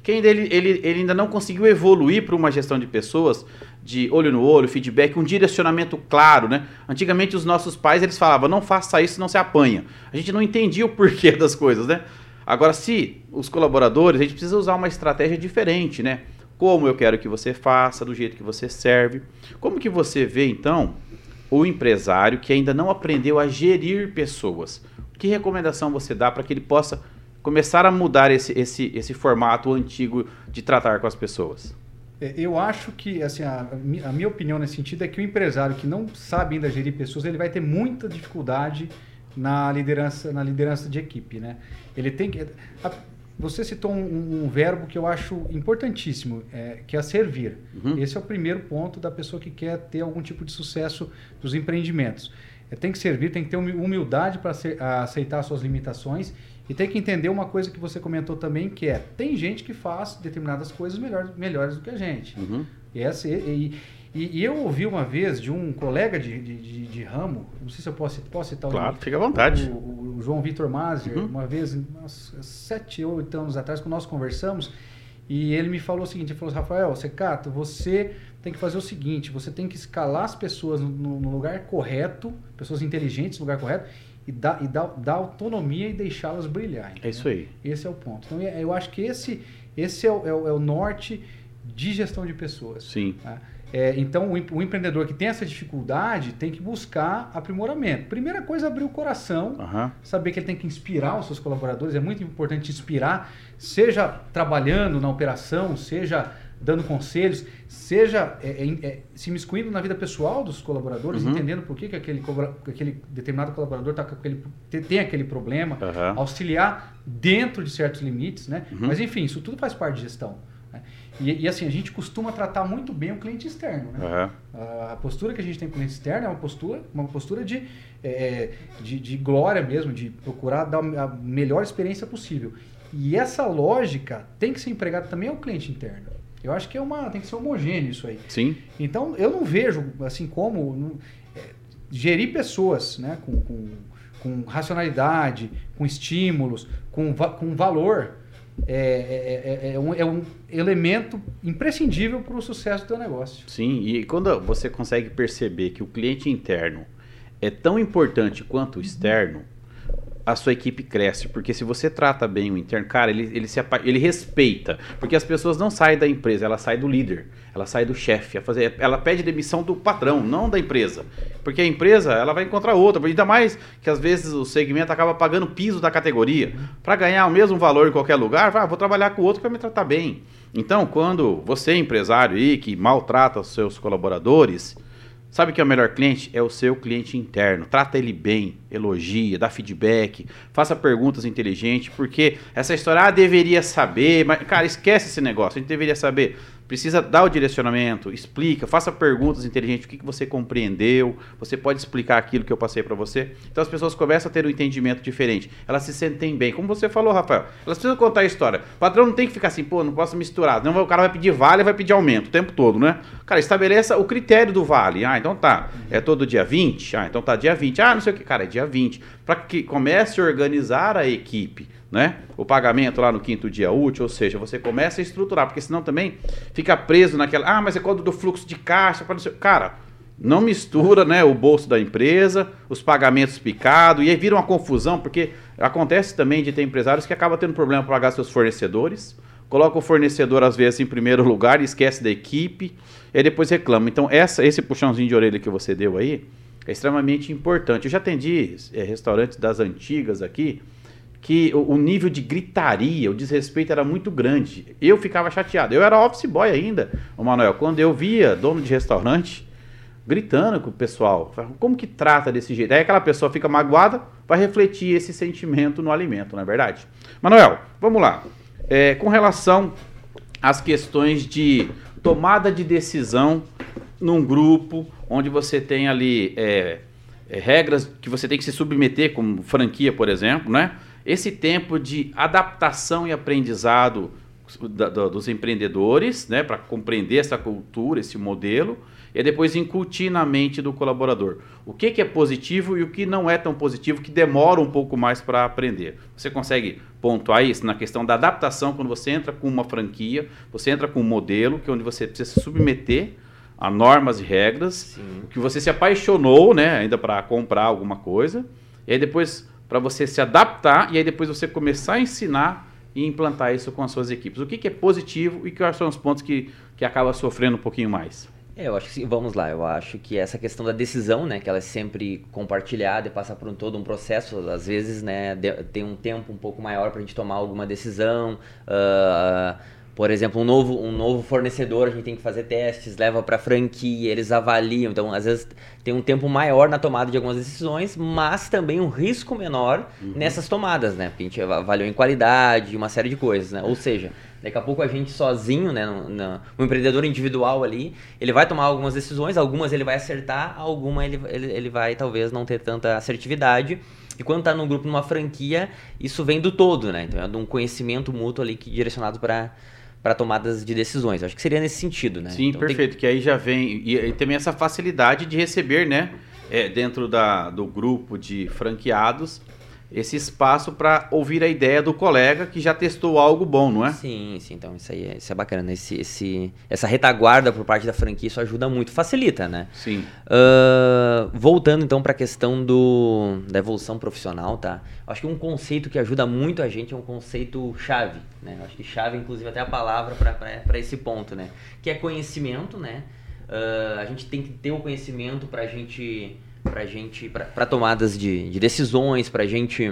que ainda ele, ele, ele ainda não conseguiu evoluir para uma gestão de pessoas, de olho no olho, feedback, um direcionamento claro, né? Antigamente os nossos pais, eles falavam, não faça isso, não se apanha. A gente não entendia o porquê das coisas, né? Agora, se os colaboradores, a gente precisa usar uma estratégia diferente, né? Como eu quero que você faça, do jeito que você serve. Como que você vê, então, o empresário que ainda não aprendeu a gerir pessoas? Que recomendação você dá para que ele possa começar a mudar esse, esse, esse formato antigo de tratar com as pessoas? Eu acho que, assim, a, a minha opinião nesse sentido é que o empresário que não sabe ainda gerir pessoas, ele vai ter muita dificuldade na liderança, na liderança de equipe, né? Ele tem que... A, você citou um, um verbo que eu acho importantíssimo, é, que é servir. Uhum. Esse é o primeiro ponto da pessoa que quer ter algum tipo de sucesso dos empreendimentos. É, tem que servir, tem que ter humildade para aceitar suas limitações e tem que entender uma coisa que você comentou também, que é, tem gente que faz determinadas coisas melhores, melhores do que a gente. Uhum. E, essa, e, e, e eu ouvi uma vez de um colega de, de, de, de ramo, não sei se eu posso, posso citar claro, o, fica à vontade. O, o, o João Vitor Mazer, uhum. uma vez, uns sete ou oito anos atrás, quando nós conversamos, e ele me falou o seguinte, ele falou, Rafael, Secato, você tem que fazer o seguinte, você tem que escalar as pessoas no, no lugar correto, pessoas inteligentes no lugar correto, e dar, e dar, dar autonomia e deixá-las brilhar. Entendeu? É isso aí. Esse é o ponto. Então, eu acho que esse, esse é, o, é, o, é o norte de gestão de pessoas. Sim. Tá? É, então, o, o empreendedor que tem essa dificuldade tem que buscar aprimoramento. Primeira coisa, abrir o coração, uhum. saber que ele tem que inspirar os seus colaboradores. É muito importante inspirar, seja trabalhando na operação, seja dando conselhos, seja é, é, se miscuindo na vida pessoal dos colaboradores, uhum. entendendo por que, que aquele, aquele determinado colaborador tá com aquele, tem aquele problema, uhum. auxiliar dentro de certos limites, né? Uhum. Mas, enfim, isso tudo faz parte de gestão. Né? E, e, assim, a gente costuma tratar muito bem o cliente externo. Né? Uhum. A, a postura que a gente tem com o cliente externo é uma postura, uma postura de, é, de, de glória mesmo, de procurar dar a melhor experiência possível. E essa lógica tem que ser empregada também ao cliente interno. Eu acho que é uma, tem que ser homogêneo isso aí. Sim. Então, eu não vejo, assim, como não, é, gerir pessoas, né, com, com, com racionalidade, com estímulos, com, com valor, é, é, é, um, é um elemento imprescindível para o sucesso do teu negócio. Sim, e quando você consegue perceber que o cliente interno é tão importante quanto o externo, a sua equipe cresce, porque se você trata bem o interno, cara, ele, ele, se, ele respeita, porque as pessoas não saem da empresa, ela sai do líder, ela sai do chefe, ela pede demissão do patrão, não da empresa, porque a empresa, ela vai encontrar outra, ainda mais que às vezes o segmento acaba pagando piso da categoria, para ganhar o mesmo valor em qualquer lugar, ah, vou trabalhar com o outro que vai me tratar bem. Então, quando você é empresário aí, que maltrata os seus colaboradores, sabe que é o melhor cliente? É o seu cliente interno. Trata ele bem, elogia, dá feedback, faça perguntas inteligentes, porque essa história, ah, deveria saber, mas, cara, esquece esse negócio, a gente deveria saber. Precisa dar o direcionamento, explica, faça perguntas inteligentes, o que, que você compreendeu, você pode explicar aquilo que eu passei para você. Então as pessoas começam a ter um entendimento diferente, elas se sentem bem. Como você falou, Rafael, elas precisam contar a história. O patrão não tem que ficar assim, pô, não posso misturar. Não, o cara vai pedir vale e vai pedir aumento o tempo todo, né? Cara, estabeleça o critério do vale. Ah, então tá, é todo dia vinte? Ah, então tá dia vinte. Ah, não sei o que, cara, é dia vinte. Para que comece a organizar a equipe, né? O pagamento lá no quinto dia útil, ou seja, você começa a estruturar, porque senão também fica preso naquela, ah, mas é quando do fluxo de caixa, para não ser... Cara, não mistura, né, o bolso da empresa, os pagamentos picados, e aí vira uma confusão, porque acontece também de ter empresários que acabam tendo problema para pagar seus fornecedores, coloca o fornecedor às vezes em primeiro lugar e esquece da equipe, e aí depois reclama. Então essa, esse puxãozinho de orelha que você deu aí é extremamente importante. Eu já atendi é, restaurantes das antigas aqui, que o, o nível de gritaria, o desrespeito era muito grande. Eu ficava chateado. Eu era office boy ainda, o Manuel, quando eu via dono de restaurante gritando com o pessoal. Como que trata desse jeito? Aí aquela pessoa fica magoada, vai refletir esse sentimento no alimento, não é verdade? Manuel, vamos lá. É, com relação às questões de tomada de decisão num grupo, onde você tem ali é, é, regras que você tem que se submeter, como franquia, por exemplo, né? Esse tempo de adaptação e aprendizado da, da, dos empreendedores, né, para compreender essa cultura, esse modelo, e depois incutir na mente do colaborador o que, que é positivo e o que não é tão positivo, que demora um pouco mais para aprender. Você consegue pontuar isso na questão da adaptação, quando você entra com uma franquia, você entra com um modelo, que é onde você precisa se submeter a normas e regras, Sim. que você se apaixonou, né, ainda para comprar alguma coisa, e aí depois para você se adaptar, e aí depois você começar a ensinar e implantar isso com as suas equipes. O que, que é positivo e quais são os pontos que, que acaba sofrendo um pouquinho mais? É, eu acho que sim, vamos lá, eu acho que essa questão da decisão, né, que ela é sempre compartilhada e passa por um, todo um processo, às vezes, né, de, tem um tempo um pouco maior para a gente tomar alguma decisão, uh, por exemplo, um novo, um novo fornecedor, a gente tem que fazer testes, leva para a franquia, eles avaliam, então às vezes tem um tempo maior na tomada de algumas decisões, mas também um risco menor uhum. nessas tomadas, né, porque a gente avaliou em qualidade, uma série de coisas, né, ou seja, daqui a pouco a gente sozinho, né, no, no, um empreendedor individual ali, ele vai tomar algumas decisões, algumas ele vai acertar, alguma ele, ele, ele vai talvez não ter tanta assertividade. E quando está num grupo, numa franquia, isso vem do todo, né? Então é de um conhecimento mútuo ali que, direcionado para para tomadas de decisões. Eu acho que seria nesse sentido, né? Sim, então, perfeito. Tem... Que aí já vem... E, e também essa facilidade de receber, né? É, dentro da, do grupo de franqueados, esse espaço para ouvir a ideia do colega que já testou algo bom, não é? Sim, sim. Então isso aí é, isso é bacana. Esse, esse, essa retaguarda por parte da franquia, isso ajuda muito, facilita, né? Sim. Uh, voltando então para a questão do, da evolução profissional, tá? Acho que um conceito que ajuda muito a gente é um conceito chave, né? Acho que chave, inclusive, até a palavra para esse ponto, né? Que é conhecimento, né? Uh, a gente tem que ter o conhecimento para a gente... para gente, para tomadas de, de decisões, para a gente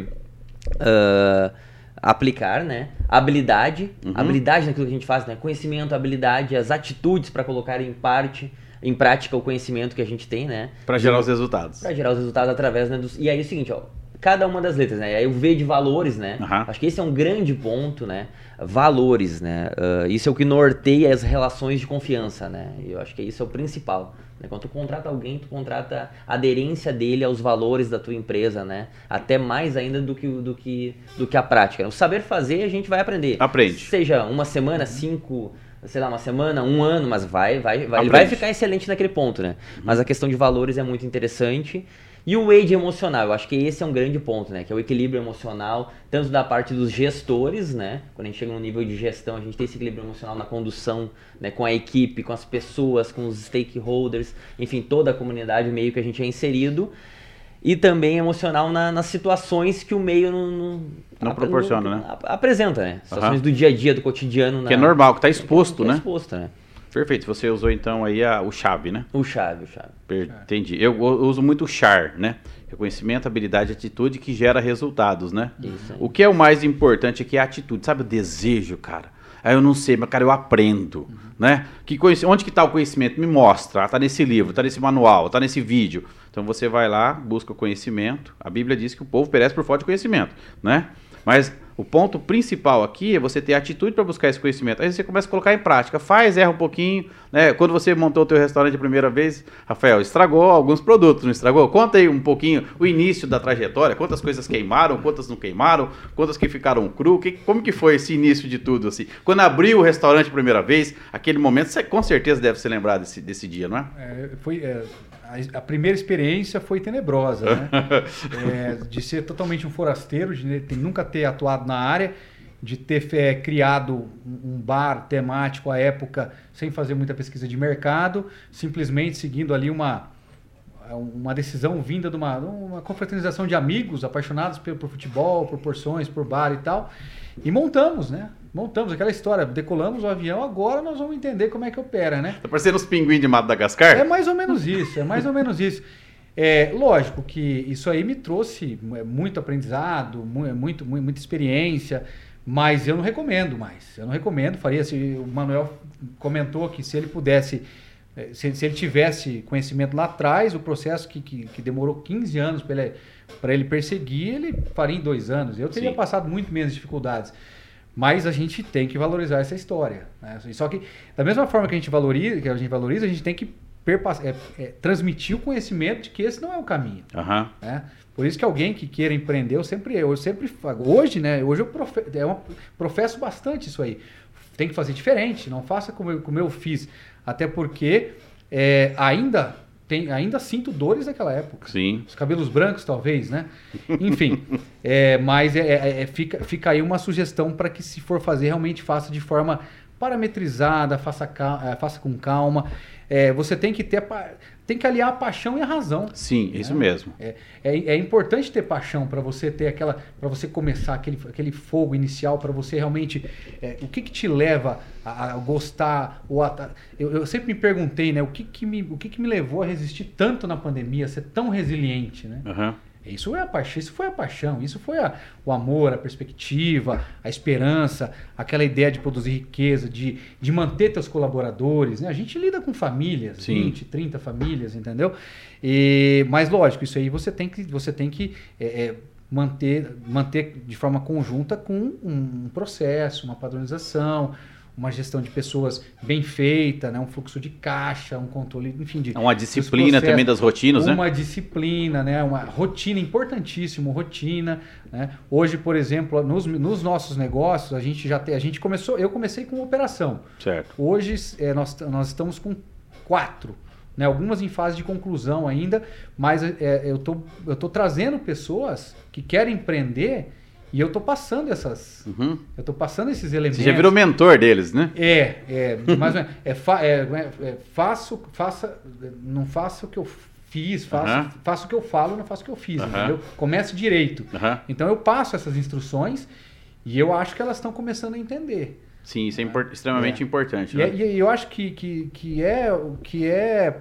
uh, aplicar, né? Habilidade, uhum. habilidade naquilo que a gente faz, né? Conhecimento, habilidade, as atitudes para colocar em parte, em prática o conhecimento que a gente tem, né? Para gerar os resultados. Para gerar os resultados através, né? Dos, e aí é o seguinte, ó, cada uma das letras, né? Aí o V de valores, né? Uhum. Acho que esse é um grande ponto, né? Valores, né? Uh, isso é o que norteia as relações de confiança, né? E eu acho que isso é o principal. Quando tu contrata alguém, tu contrata a aderência dele aos valores da tua empresa, né? Até mais ainda do que, do que, do que a prática. O saber fazer a gente vai aprender. Aprende. Seja uma semana, cinco, sei lá, uma semana, um ano, mas vai, vai, vai. Ele vai ficar excelente naquele ponto, né? Uhum. Mas a questão de valores é muito interessante. E o age emocional, eu acho que esse é um grande ponto, né? Que é o equilíbrio emocional, tanto da parte dos gestores, né? Quando a gente chega no nível de gestão, a gente tem esse equilíbrio emocional na condução, né? Com a equipe, com as pessoas, com os stakeholders, enfim, toda a comunidade, o meio que a gente é inserido. E também emocional na, nas situações que o meio não, não, não proporciona, não, né? Apresenta, né? Situações Uhum. do dia a dia, do cotidiano. Que na, é normal, que está exposto, que né? Está exposto, né? Perfeito. Você usou então aí a, o chave, né? O chave, o chave. Per- Entendi. Eu, eu uso muito o char, né? É conhecimento, habilidade, atitude que gera resultados, né? Isso aí. O que é o mais importante aqui é a atitude. Sabe o desejo, cara? Aí eu não sei, mas cara, eu aprendo, uhum. né? Que conhec... Onde que está o conhecimento? Me mostra. Está nesse livro, está nesse manual, está nesse vídeo. Então você vai lá, busca o conhecimento. A Bíblia diz que o povo perece por falta de conhecimento, né? Mas o ponto principal aqui é você ter atitude para buscar esse conhecimento. Aí você começa a colocar em prática. Faz, erra um pouquinho, né? Quando você montou o teu restaurante a primeira vez, Rafael, estragou alguns produtos, não estragou? Conta aí um pouquinho o início da trajetória. Quantas coisas queimaram, quantas não queimaram, quantas que ficaram cru. Que, como que foi esse início de tudo, assim? Quando abriu o restaurante a primeira vez, aquele momento, você com certeza deve se lembrar desse, desse dia, não é? É, foi... É... A primeira experiência foi tenebrosa, né? É, de ser totalmente um forasteiro, de nunca ter atuado na área, de ter é, criado um bar temático à época sem fazer muita pesquisa de mercado, simplesmente seguindo ali uma, uma decisão vinda de uma, uma confraternização de amigos apaixonados por, por futebol, por porções, por bar e tal. E montamos, né? Montamos aquela história, decolamos o avião, agora nós vamos entender como é que opera, né? Tá parecendo os pinguins de Madagascar? É mais ou menos isso, é mais ou menos isso. É, lógico que isso aí me trouxe muito aprendizado, muito, muita experiência, mas eu não recomendo mais. Eu não recomendo, faria se o Manuel comentou que se ele pudesse, se, se ele tivesse conhecimento lá atrás, o processo que, que, que demorou quinze anos para ele, para ele perseguir, ele faria em dois anos. Eu teria Sim. passado muito menos dificuldades. Mas a gente tem que valorizar essa história, né? Só que da mesma forma que a gente valoriza, que a gente valoriza, a gente tem que perpass- é, é, transmitir o conhecimento de que esse não é o caminho. Uhum. Né? Por isso que alguém que queira empreender, eu sempre, eu sempre hoje, né? Hoje eu profe- é uma, professo bastante isso aí. Tem que fazer diferente, não faça como eu, como eu fiz. Até porque é, ainda, tem, ainda sinto dores daquela época. Sim. Os cabelos brancos, talvez, né? Enfim, é, mas é, é, é, fica, fica aí uma sugestão para que, se for fazer, realmente faça de forma parametrizada, faça, cal, faça com calma. É, você tem que ter... Tem que aliar a paixão e a razão. Sim, né? isso mesmo. É, é, é importante ter paixão para você ter aquela, para você começar aquele, aquele fogo inicial, para você realmente, é, o que que te leva a, a gostar ou a, eu, eu sempre me perguntei, né, o que que me, o que que me levou a resistir tanto na pandemia, a ser tão resiliente, né? Uhum. Isso é a paixão, isso foi a paixão, isso foi a, o amor, a perspectiva, a esperança, aquela ideia de produzir riqueza, de, de manter teus colaboradores, né? A gente lida com famílias, Sim. vinte, trinta famílias, entendeu? E, mas lógico, isso aí você tem que, você tem que é, é, manter, manter de forma conjunta com um processo, uma padronização, uma gestão de pessoas bem feita, né? Um fluxo de caixa, um controle, enfim, de uma disciplina também das rotinas, uma né? Uma disciplina, né? Uma rotina, importantíssimo, rotina, né? Hoje, por exemplo, nos, nos nossos negócios, a gente já tem, a gente começou, eu comecei com operação. Certo. Hoje é, nós, nós estamos com quatro, né? Algumas em fase de conclusão ainda, mas é, eu tô, eu tô trazendo pessoas que querem empreender. E eu estou passando essas, uhum. eu tô passando esses elementos. Você já virou mentor deles, né? É, é, mais ou menos, é, fa, é, é faço, faça, não faço o que eu fiz, faço, uhum. faço o que eu falo, não faço o que eu fiz, uhum. entendeu? Comece direito. Uhum. Então eu passo essas instruções e eu acho que elas estão começando a entender. Sim, isso é import, extremamente é. importante. E, né? é, e eu acho que, que, que é o que é,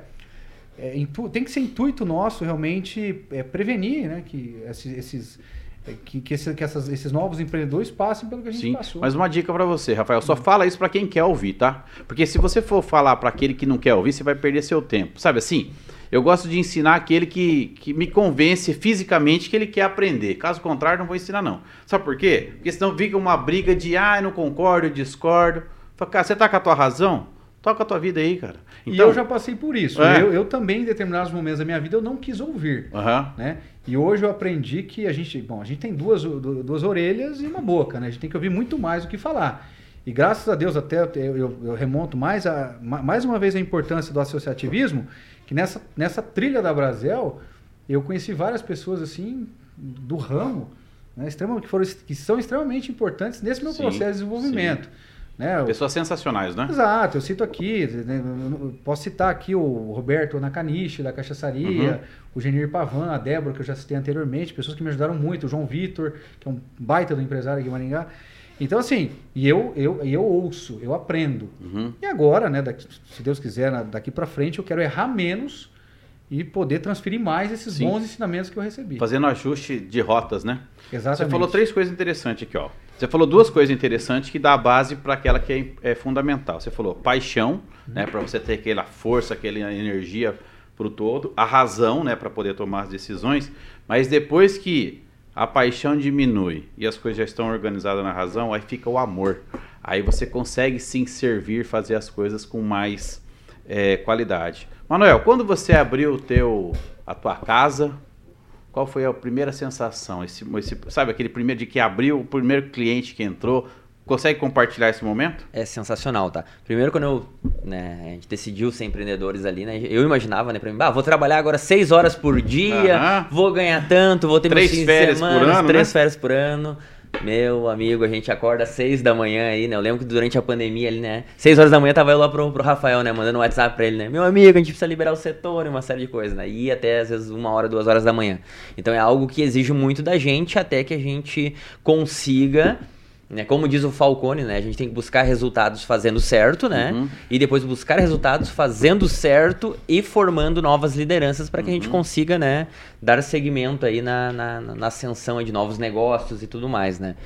é intu, tem que ser intuito nosso realmente é, prevenir, né, que esses, esses Que, que, esse, que essas, esses novos empreendedores passem pelo que a gente Sim, passou. Mas uma dica para você, Rafael, só fala isso para quem quer ouvir, tá? Porque se você for falar para aquele que não quer ouvir, você vai perder seu tempo. Sabe assim? Eu gosto de ensinar aquele que, que me convence fisicamente que ele quer aprender. Caso contrário, não vou ensinar não. Sabe por quê? Porque senão fica uma briga de, ah, eu não concordo, eu discordo. Fala, cara, você tá com a tua razão? Toca a tua vida aí, cara. Então, e eu já passei por isso. É. Eu, eu também, em determinados momentos da minha vida, eu não quis ouvir. Uhum. Né? E hoje eu aprendi que a gente, bom, a gente tem duas, duas orelhas e uma boca, né? A gente tem que ouvir muito mais do que falar. E graças a Deus, até eu, eu, eu remonto mais, a, mais uma vez a importância do associativismo, que nessa, nessa trilha da Brasel, eu conheci várias pessoas assim, do ramo, né? Extrema, que, foram, que são extremamente importantes nesse meu sim, processo de desenvolvimento. Sim. Né? Pessoas sensacionais, né? Exato, eu cito aqui, né? Posso citar aqui o Roberto Nakanishi, da Cachaçaria, uhum. o Genir Pavan, a Débora, que eu já citei anteriormente, pessoas que me ajudaram muito, o João Vitor, que é um baita do empresário aqui em Maringá. Então, assim, e eu, eu, eu ouço, eu aprendo. Uhum. E agora, né, daqui, se Deus quiser, daqui para frente, eu quero errar menos e poder transferir mais esses Sim. bons ensinamentos que eu recebi. Fazendo ajuste de rotas, né? Exatamente. Você falou três coisas interessantes aqui, ó. Você falou duas coisas interessantes que dá a base para aquela que é, é fundamental. Você falou paixão, uhum. né, para você ter aquela força, aquela energia para o todo, a razão, né, para poder tomar as decisões, mas depois que a paixão diminui e as coisas já estão organizadas na razão, aí fica o amor. Aí você consegue sim servir, fazer as coisas com mais é, qualidade. Manuel, quando você abriu o teu, a tua casa, qual foi a primeira sensação? Esse, esse, sabe, aquele primeiro de que abriu, o primeiro cliente que entrou, consegue compartilhar esse momento? É sensacional, tá? Primeiro, quando eu, né, a gente decidiu ser empreendedores ali, né? Eu imaginava, né, pra mim, ah, vou trabalhar agora seis horas por dia, uh-huh. vou ganhar tanto, vou ter três meus férias semanas, por ano, três né? férias por ano. Meu amigo, a gente acorda às seis da manhã aí, né? Eu lembro que durante a pandemia ali, né? Seis horas da manhã tava eu lá pro, pro Rafael, né? Mandando um WhatsApp pra ele, né? Meu amigo, a gente precisa liberar o setor e uma série de coisas, né? E até às vezes uma hora, duas horas da manhã. Então é algo que exige muito da gente até que a gente consiga... Né? Como diz o Falcone, né? A gente tem que buscar resultados fazendo certo, né? Uhum. E depois buscar resultados fazendo certo e formando novas lideranças para que uhum. a gente consiga, né, dar segmento aí na, na, na ascensão de novos negócios e tudo mais, né?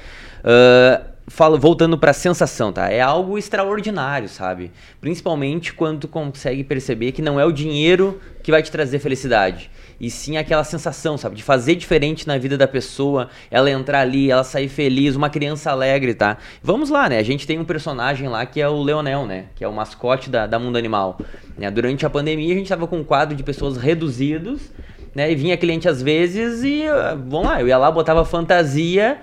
Uh, falo, voltando para a sensação, tá? É algo extraordinário, sabe? Principalmente quando tu consegue perceber que não é o dinheiro que vai te trazer felicidade. E sim aquela sensação, sabe? De fazer diferente na vida da pessoa, ela entrar ali, ela sair feliz, uma criança alegre, tá? Vamos lá, né? A gente tem um personagem lá que é o Leonel, né? Que é o mascote da, da Mundo Animal. Né? Durante a pandemia, a gente tava com um quadro de pessoas reduzidos, né? E vinha cliente às vezes e, vamos lá, eu ia lá, botava fantasia...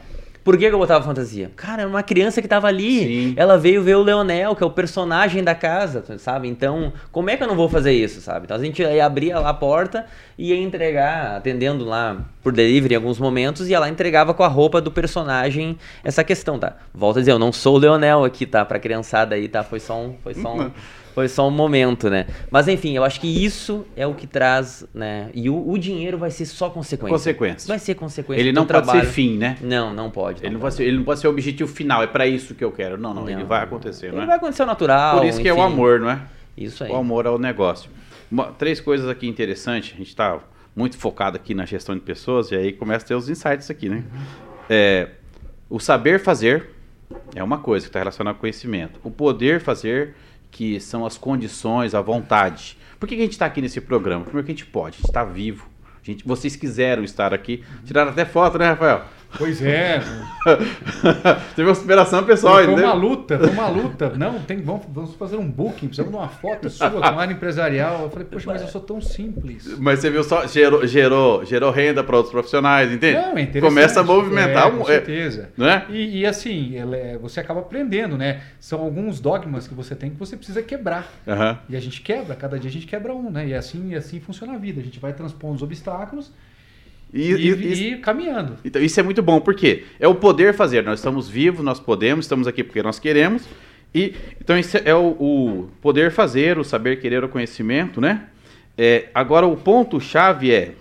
Por que, que eu botava fantasia? Cara, era uma criança que tava ali. Sim. Ela veio ver o Leonel, que é o personagem da casa, sabe? Então, como é que eu não vou fazer isso, sabe? Então a gente ia abrir lá a porta e ia entregar, atendendo lá por delivery em alguns momentos, e ela entregava com a roupa do personagem essa questão, tá? Volto a dizer, eu não sou o Leonel aqui, tá? Pra criançada aí, tá? Foi só um... Foi só um... Foi só um momento, né? Mas enfim, eu acho que isso é o que traz, né? E o, o dinheiro vai ser só consequência. Consequência. Vai ser consequência. Ele do não pode trabalho. ser fim, né? Não, não pode. Não Ele não, pode. pode ser, ele não pode ser o objetivo final, é pra isso que eu quero. Não, não, Não. ele vai acontecer, Ele não é? vai acontecer ao natural. Por isso que enfim. é o amor, não é? Isso aí. O amor ao negócio. Uma- três coisas aqui interessantes. A gente está muito focado aqui na gestão de pessoas e aí começa a ter os insights aqui, né? É, o saber fazer é uma coisa que está relacionada ao conhecimento. O poder fazer, que são as condições, a vontade. Por que que a gente está aqui nesse programa? Primeiro que a gente pode, a gente está vivo. A gente, vocês quiseram estar aqui. Tiraram até foto, né, Rafael? Pois é. Teve uma superação pessoal. Foi entendeu? uma luta, foi uma luta. Não, tem, vamos, vamos fazer um booking, precisamos de uma foto sua com área empresarial. Eu falei, poxa, mas eu sou tão simples. Mas você viu só, gerou, gerou, gerou renda para outros profissionais, entende? Não, é interessante. Começa a movimentar, é, um- com é, certeza. não é? E, e assim, ela é- você acaba aprendendo, né? São alguns dogmas que você tem que você precisa quebrar. Aham. E a gente quebra, cada dia a gente quebra um, né? E assim, e assim funciona a vida. A gente vai transpondo os obstáculos E, e, e- e- e caminhando. então, isso é muito bom, porque é o poder fazer. Nós estamos vivos, nós podemos, estamos aqui porque nós queremos. E, então, isso é o, o poder fazer, o saber querer, o conhecimento, né? É, agora, o ponto-chave é,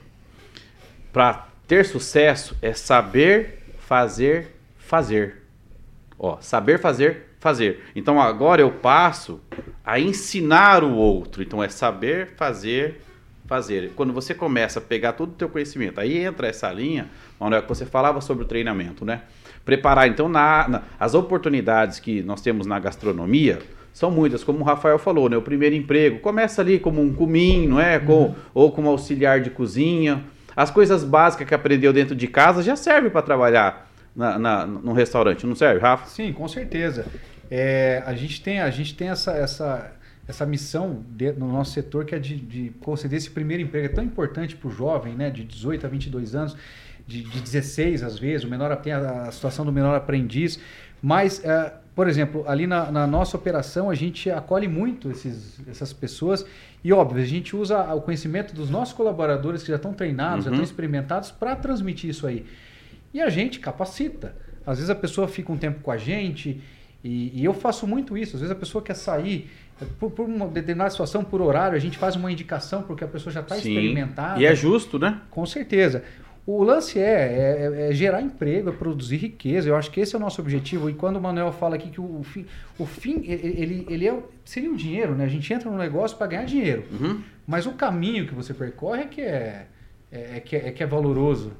para ter sucesso, é saber fazer, fazer. Ó, saber fazer, fazer. Então, agora eu passo a ensinar o outro. Então, é saber fazer, fazer. Quando você começa a pegar todo o teu conhecimento, aí entra essa linha, Manuel, que você falava sobre o treinamento, né? Preparar, então, na, na- as oportunidades que nós temos na gastronomia são muitas, como o Rafael falou, né? O primeiro emprego começa ali como um cumim, não é? Com, ou como auxiliar de cozinha. As coisas básicas que aprendeu dentro de casa já servem para trabalhar na, na, num restaurante, não serve, Rafa? Sim, com certeza. É, a gente tem, a gente tem essa, essa, essa missão de- no nosso setor que é de, de conceder esse primeiro emprego. É tão importante para o jovem, né, de dezoito a vinte e dois anos, de, de dezesseis às vezes, o menor tem a, a situação do menor aprendiz. Mas, é, por exemplo, ali na, na nossa operação, a gente acolhe muito esses, essas pessoas e, óbvio, a gente usa o conhecimento dos nossos colaboradores que já estão treinados, já Uhum. estão experimentados para transmitir isso aí. E a gente capacita. Às vezes a pessoa fica um tempo com a gente e, e eu faço muito isso. Às vezes a pessoa quer sair por, por uma determinada situação, por horário, a gente faz uma indicação porque a pessoa já está Sim. experimentada. E é justo, né? Com certeza. O lance é, é- é gerar emprego, é produzir riqueza. Eu acho que esse é o nosso objetivo. E quando o Manuel fala aqui que o fim, o fim ele, ele é, o- seria o dinheiro, né? A gente entra no negócio para ganhar dinheiro. Uhum. Mas o caminho que você percorre é que é, é, é que é, é que é valoroso.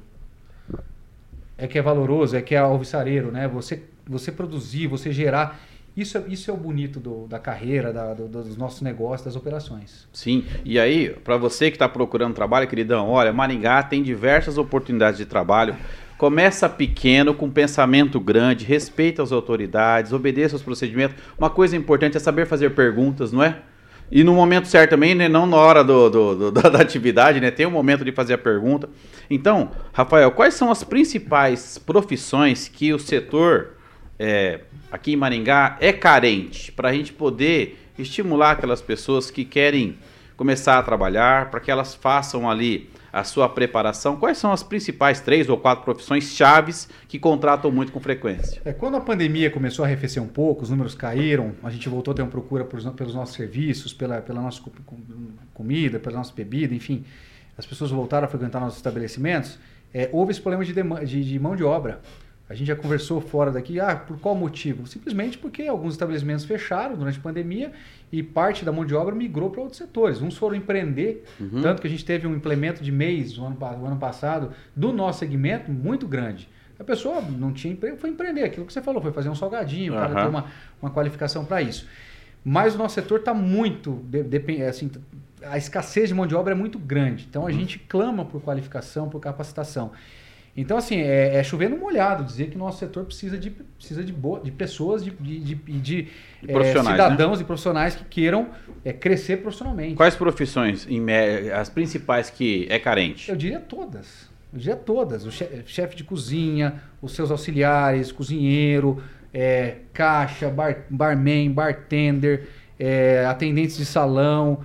É que é valoroso, é que é alvissareiro, né? Você, você produzir, você gerar. Isso, é- isso é o bonito do- da carreira, da- do- dos nossos negócios, das operações. Sim. E aí, para você que está procurando trabalho, queridão, olha, Maringá tem diversas oportunidades de trabalho. Começa pequeno, com pensamento grande, respeita as autoridades, obedeça aos procedimentos. Uma coisa importante é saber fazer perguntas, não é? E no momento certo também, né? Não na hora do, do- do- da, da atividade, né? Tem um momento de fazer a pergunta. Então, Rafael, quais são as principais profissões que o setor é, aqui em Maringá é carente para a gente poder estimular aquelas pessoas que querem começar a trabalhar, para que elas façam ali a sua preparação? Quais são as principais três ou quatro profissões chaves que contratam muito com frequência? É, quando a pandemia começou a arrefecer um pouco, os números caíram, a gente voltou a ter uma procura por, pelos nossos serviços, pela, pela nossa co- com- comida, pela nossa bebida, enfim. As pessoas voltaram a frequentar nossos estabelecimentos. É, houve esse problema de, dema- de, de mão de obra. A gente já conversou fora daqui, ah, por qual motivo? Simplesmente porque alguns estabelecimentos fecharam durante a pandemia e parte da mão de obra migrou para outros setores. Uns foram empreender, Uhum. tanto que a gente teve um implemento de mês no ano, pa- no ano passado do nosso segmento muito grande. A pessoa não tinha emprego, foi empreender, aquilo que você falou, foi fazer um salgadinho, o cara Aham. ter uma, uma qualificação para isso. Mas o nosso setor está muito, de- depen- assim, a escassez de mão de obra é muito grande. Então a gente clama por qualificação, por capacitação. Então, assim, é, é chover no molhado, dizer que o nosso setor precisa de, precisa de, boa, de pessoas, de, de, de, de, De eh, profissionais, cidadãos e profissionais que queiram eh, crescer profissionalmente. Quais profissões, em mé- as principais que é carente? Eu diria todas. Já todas, o chefe, chefe de cozinha, os seus auxiliares, cozinheiro, é, caixa, bar, barman, bartender, é, atendentes de salão,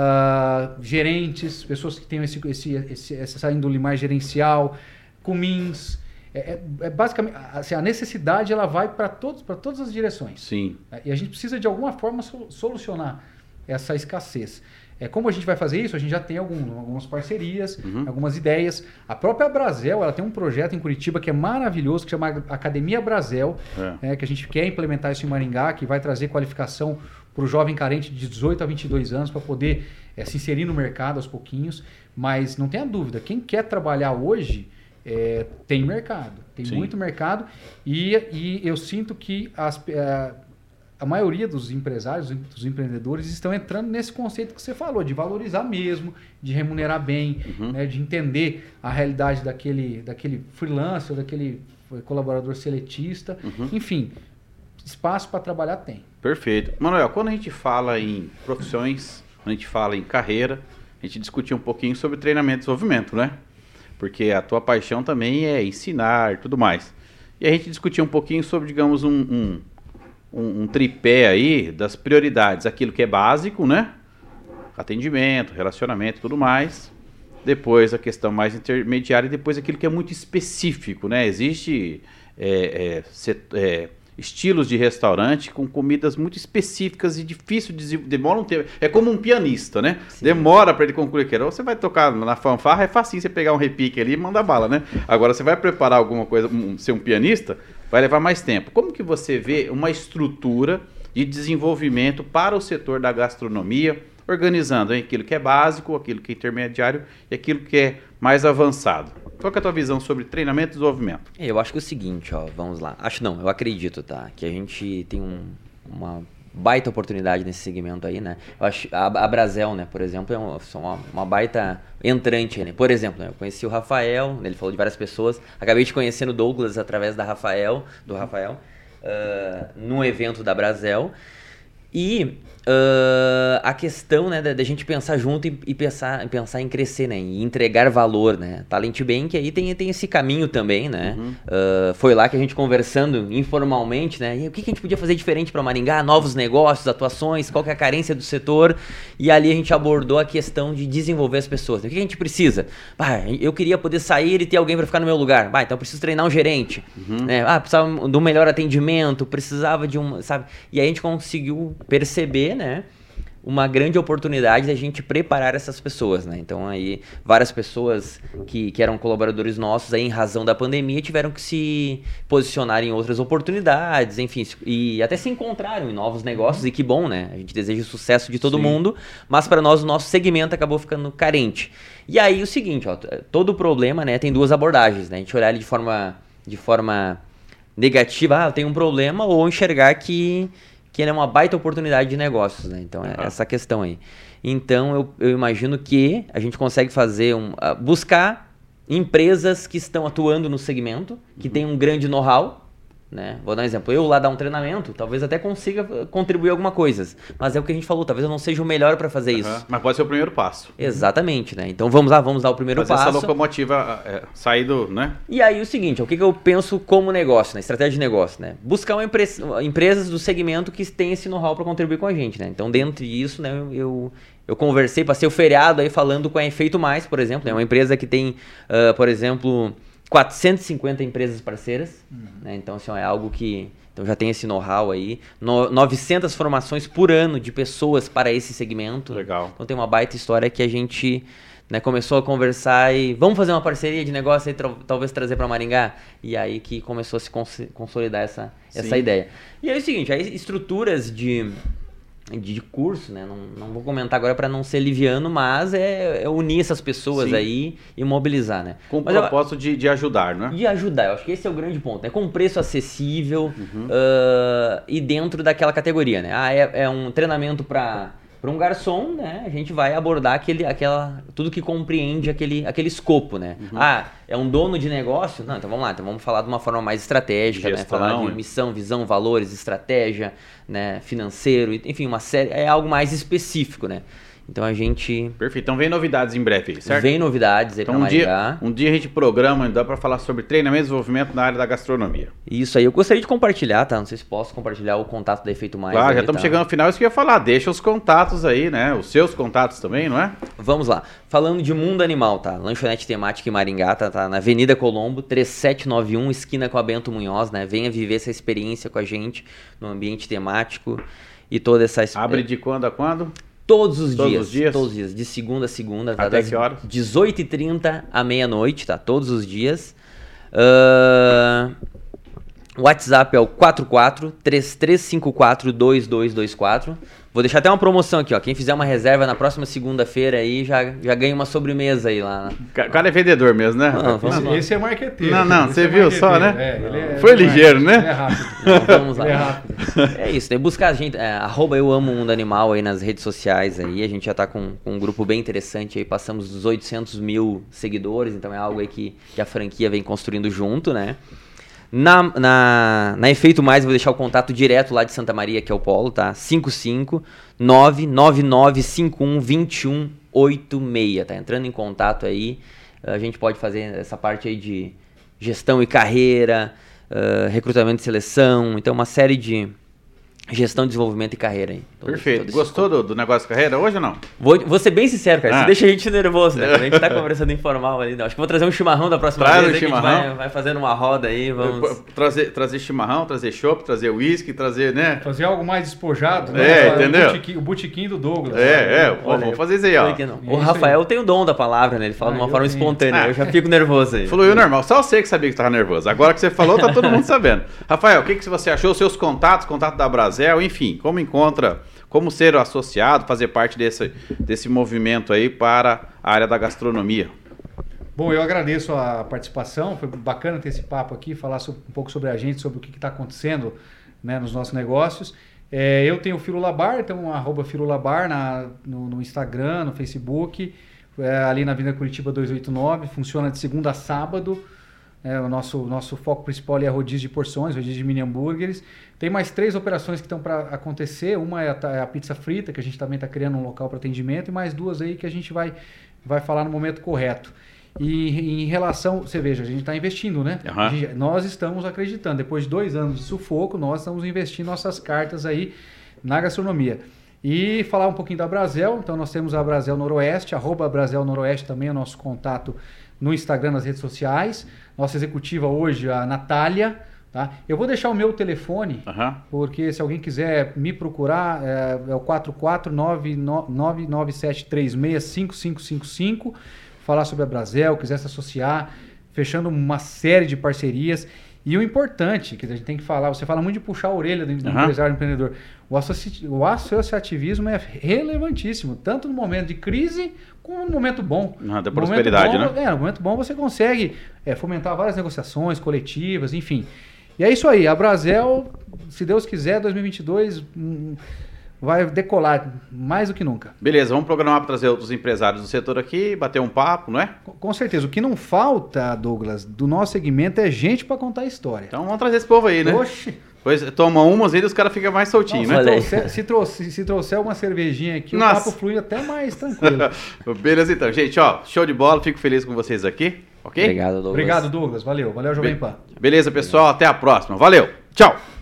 uh, gerentes, pessoas que têm esse, esse, esse, essa índole mais gerencial, comins. É, é, é basicamente, assim, a necessidade ela vai para todos, para todas as direções. Sim. E a gente precisa de alguma forma solucionar essa escassez. É, como a gente vai fazer isso? A gente já tem algum, algumas parcerias, uhum. algumas ideias. A própria Brasel, ela tem um projeto em Curitiba que é maravilhoso, que chama Academia Brasel, é. É, que a gente quer implementar isso em Maringá, que vai trazer qualificação para o jovem carente de dezoito a vinte e dois anos para poder é, se inserir no mercado aos pouquinhos. Mas não tenha dúvida, quem quer trabalhar hoje é, tem mercado, tem Sim. muito mercado e, e eu sinto que as... É, a maioria dos empresários, dos empreendedores estão entrando nesse conceito que você falou, de valorizar mesmo, de remunerar bem, uhum. né, de entender a realidade daquele, daquele freelancer, daquele colaborador seletista. Uhum. Enfim, espaço para trabalhar tem. Perfeito. Manuel, quando a gente fala em profissões, quando a gente fala em carreira, a gente discutiu um pouquinho sobre treinamento e desenvolvimento, né? Porque a tua paixão também é ensinar e tudo mais. E a gente discutiu um pouquinho sobre, digamos, um... um Um, um tripé aí das prioridades, aquilo que é básico, né? Atendimento, relacionamento e tudo mais. Depois a questão mais intermediária e depois aquilo que é muito específico, né? Existe é, é, set, é, estilos de restaurante com comidas muito específicas e difícil de demora um tempo. É como um pianista, né? Sim. Demora para ele concluir aquilo. Você vai tocar na fanfarra, é facinho você pegar um repique ali e mandar bala, né? Agora você vai preparar alguma coisa, um, ser um pianista, vai levar mais tempo. Como que você vê uma estrutura de desenvolvimento para o setor da gastronomia, organizando hein, aquilo que é básico, aquilo que é intermediário e aquilo que é mais avançado? Qual que é a tua visão sobre treinamento e desenvolvimento? Eu acho que é o seguinte, ó, vamos lá. Acho não, eu acredito, tá? Que a gente tem um, uma baita oportunidade nesse segmento aí, né? Eu acho a, a Brasel, né, por exemplo, é uma, uma, uma baita entrante, né? Por exemplo, né, eu conheci o Rafael, ele falou de várias pessoas, acabei de conhecer o Douglas através da Rafael, do Rafael, uh, no evento da Brasel. E uh, a questão, né, da, da gente pensar junto e, e pensar, pensar em crescer, né, e entregar valor, né. Talent Bank aí tem, tem esse caminho também, né. Uhum. Uh, foi lá que a gente conversando informalmente, né, e o que, que a gente podia fazer diferente para Maringá, novos negócios, atuações, qual que é a carência do setor, e ali a gente abordou a questão de desenvolver as pessoas. O que a gente precisa? Ah, eu queria poder sair e ter alguém para ficar no meu lugar. Ah, então eu preciso treinar um gerente. Uhum. Né? Ah, precisava de um melhor atendimento, precisava de um, sabe? E aí a gente conseguiu perceber, né, uma grande oportunidade da gente preparar essas pessoas, né? Então aí várias pessoas que, que eram colaboradores nossos aí em razão da pandemia tiveram que se posicionar em outras oportunidades, enfim, e até se encontraram em novos negócios, e que bom, né? A gente deseja o sucesso de todo Sim. mundo, mas para nós o nosso segmento acabou ficando carente. E aí o seguinte, ó, todo problema, né, tem duas abordagens, né? A gente olhar ele de forma, de forma negativa, ah, eu tenho um problema, ou enxergar que que ele é uma baita oportunidade de negócios, né? Então, é uhum. essa questão aí. Então, eu, eu imagino que a gente consegue fazer um... Uh, buscar empresas que estão atuando no segmento, que uhum. tem um grande know-how, né? Vou dar um exemplo. Eu lá dar um treinamento, talvez até consiga contribuir alguma coisa. Mas é o que a gente falou, talvez eu não seja o melhor para fazer uhum. isso. Mas pode ser o primeiro passo. Exatamente, né? Então vamos lá, vamos dar o primeiro fazer passo. Essa locomotiva é, sair do, né? E aí o seguinte, o que, que eu penso como negócio, né? Estratégia de negócio, né? Buscar uma empresa, empresas do segmento que tem esse know-how para contribuir com a gente, né? Então dentro disso, né, eu... Eu conversei, passei o feriado aí falando com a Efeito Mais, por exemplo, é né? uma empresa que tem, uh, por exemplo, quatrocentas e cinquenta empresas parceiras, uhum. né? Então assim, é algo que então já tem esse know-how aí, no, novecentas formações por ano de pessoas para esse segmento. Legal. Então tem uma baita história que a gente, né, começou a conversar e vamos fazer uma parceria de negócio aí, tra- talvez trazer para Maringá, e aí que começou a se cons- consolidar essa, essa ideia. E aí é o seguinte, aí estruturas de de curso, né? Não, não vou comentar agora para não ser liviano, mas é, é unir essas pessoas Sim. aí e mobilizar, né? Com o mas propósito eu, de, de ajudar, né? De ajudar, eu acho que esse é o grande ponto, né? Com preço acessível uhum. uh, e dentro daquela categoria, né? Ah, é, é um treinamento para para um garçom, né? A gente vai abordar aquele, aquela, tudo que compreende aquele, aquele escopo, né? Uhum. Ah, é um dono de negócio? Não, então vamos lá, então vamos falar de uma forma mais estratégica, Gestão, né? Falar de missão, visão, valores, estratégia, né? Financeiro, enfim, uma série, é algo mais específico, né? Então a gente... Perfeito. Então vem novidades em breve aí, certo? Vem novidades aí então, pra um dia, Maringá. um dia a gente programa então para falar sobre treinamento e desenvolvimento na área da gastronomia. Isso aí. Eu gostaria de compartilhar, tá? Não sei se posso compartilhar o contato da Efeito Mais. Claro, aí, já estamos tá? chegando ao final. Isso que eu ia falar. Deixa os contatos aí, né? Os seus contatos também, não é? Vamos lá. Falando de Mundo Animal, tá? Lanchonete temática em Maringá, tá? tá na Avenida Colombo, três sete nove um, esquina com a Bento Munhoz, né? Venha viver essa experiência com a gente no ambiente temático e toda essa... Abre de quando a quando? Todos os Todos dias. os dias? Todos os dias. De segunda a segunda. Tá? Até Das que horas? dezoito e trinta à meia-noite, tá? Todos os dias. Uh... O WhatsApp é o quatro quatro, três três cinco quatro, dois dois dois quatro. Vou deixar até uma promoção aqui, ó. Quem fizer uma reserva na próxima segunda-feira aí, já, já ganha uma sobremesa aí lá. O cara é vendedor mesmo, né? Não, vamos Esse, lá. esse é marqueteiro. Não, não, Esse você é viu marqueteiro. só, né? É, ele é, Foi ele é ligeiro, né? Ele é rápido. Então, vamos lá. Ele é rápido. É isso, tem buscar a gente, é, arroba eu amo o mundo animal aí nas redes sociais aí, a gente já tá com, com um grupo bem interessante aí, passamos dos oitocentos mil seguidores, então é algo aí que, que a franquia vem construindo junto, né? Na, na, na Efeito Mais, eu vou deixar o contato direto lá de Santa Maria, que é o Polo, tá? cinco cinco nove nove nove cinco um dois um oito seis, tá? Entrando em contato aí, a gente pode fazer essa parte aí de gestão e carreira, uh, recrutamento e seleção, então uma série de gestão, desenvolvimento e carreira aí. Todos, Perfeito. todos Gostou do, do negócio de carreira hoje ou não? Vou, vou ser bem sincero, cara. Ah. Isso deixa a gente nervoso, né? Quando a gente tá conversando informal ali. Não. Acho que vou trazer um chimarrão da próxima Traz vez. um aí que a gente chimarrão. vai, vai fazendo uma roda aí. Vamos... Trazer, trazer chimarrão, trazer chopp, trazer uísque, trazer, né? Fazer algo mais despojado, né? É, O entendeu? botequim- O botequim do Douglas. É, é. Olha, Pô, vamos fazer isso aí, ó. Por que não? É O isso aí. Rafael tem o dom da palavra, né? Ele fala Ah, de uma eu forma tenho. espontânea. Ah. Eu já fico nervoso aí. Fluiu normal. Só você que sabia que estava nervoso. Agora que você falou, tá todo mundo sabendo. Rafael, o que, que você achou? Seus contatos, contato da Brasel, enfim, como encontra, como ser associado, fazer parte desse, desse movimento aí para a área da gastronomia. Bom, eu agradeço a participação, foi bacana ter esse papo aqui, falar sobre- um pouco sobre a gente, sobre o que está acontecendo, né, nos nossos negócios. É, eu tenho o Firulabar, então arroba Firulabar na, no, no Instagram, no Facebook, é, ali na Avenida Curitiba duzentos e oitenta e nove, funciona de segunda a sábado. É, o nosso, nosso foco principal ali é rodízio de porções, rodízio de mini hambúrgueres. Tem mais três operações que estão para acontecer. Uma é a, é a pizza frita, que a gente também está criando um local para atendimento, e mais duas aí que a gente vai, vai falar no momento correto. E em relação, você veja, a gente está investindo, né? Uhum. A gente- nós estamos acreditando. Depois de dois anos de sufoco, nós estamos investindo nossas cartas aí na gastronomia. E falar um pouquinho da Brasel. Então nós temos a Brasel Noroeste, arroba Brasel Noroeste também é o nosso contato no Instagram, nas redes sociais. Nossa executiva hoje, a Natália. Tá? Eu vou deixar o meu telefone, Aham. porque se alguém quiser me procurar, é, é o quatro quatro nove nove sete três seis cinco cinco cinco cinco. Falar sobre a Brasel, quiser se associar, fechando uma série de parcerias. E o importante, que a gente tem que falar, você fala muito de puxar a orelha do do Aham. empresário, do empreendedor. O, associ, o associativismo é relevantíssimo, tanto no momento de crise como no momento bom. Ah, da No momento prosperidade, bom, né? É, no momento bom você consegue é, fomentar várias negociações coletivas, enfim. E é isso aí, a Brasel, se Deus quiser, dois mil e vinte e dois hum, vai decolar mais do que nunca. Beleza, vamos programar para trazer outros empresários do setor aqui, bater um papo, não é? Com- Com certeza. O que não falta, Douglas, do nosso segmento é gente para contar a história. Então vamos trazer esse povo aí, né? Oxe, Pois toma umas e os caras ficam mais soltinhos, não, se, né? Olha aí. trouxer, se, trouxer, se trouxer uma cervejinha aqui, Nossa. o papo flui até mais tranquilo. Beleza, então. Gente, ó, show de bola. Fico feliz com vocês aqui, ok? Obrigado, Douglas. Obrigado, Douglas. Valeu. Valeu, Jovem Be- Pan. Beleza, pessoal. Até a próxima. Valeu. Tchau.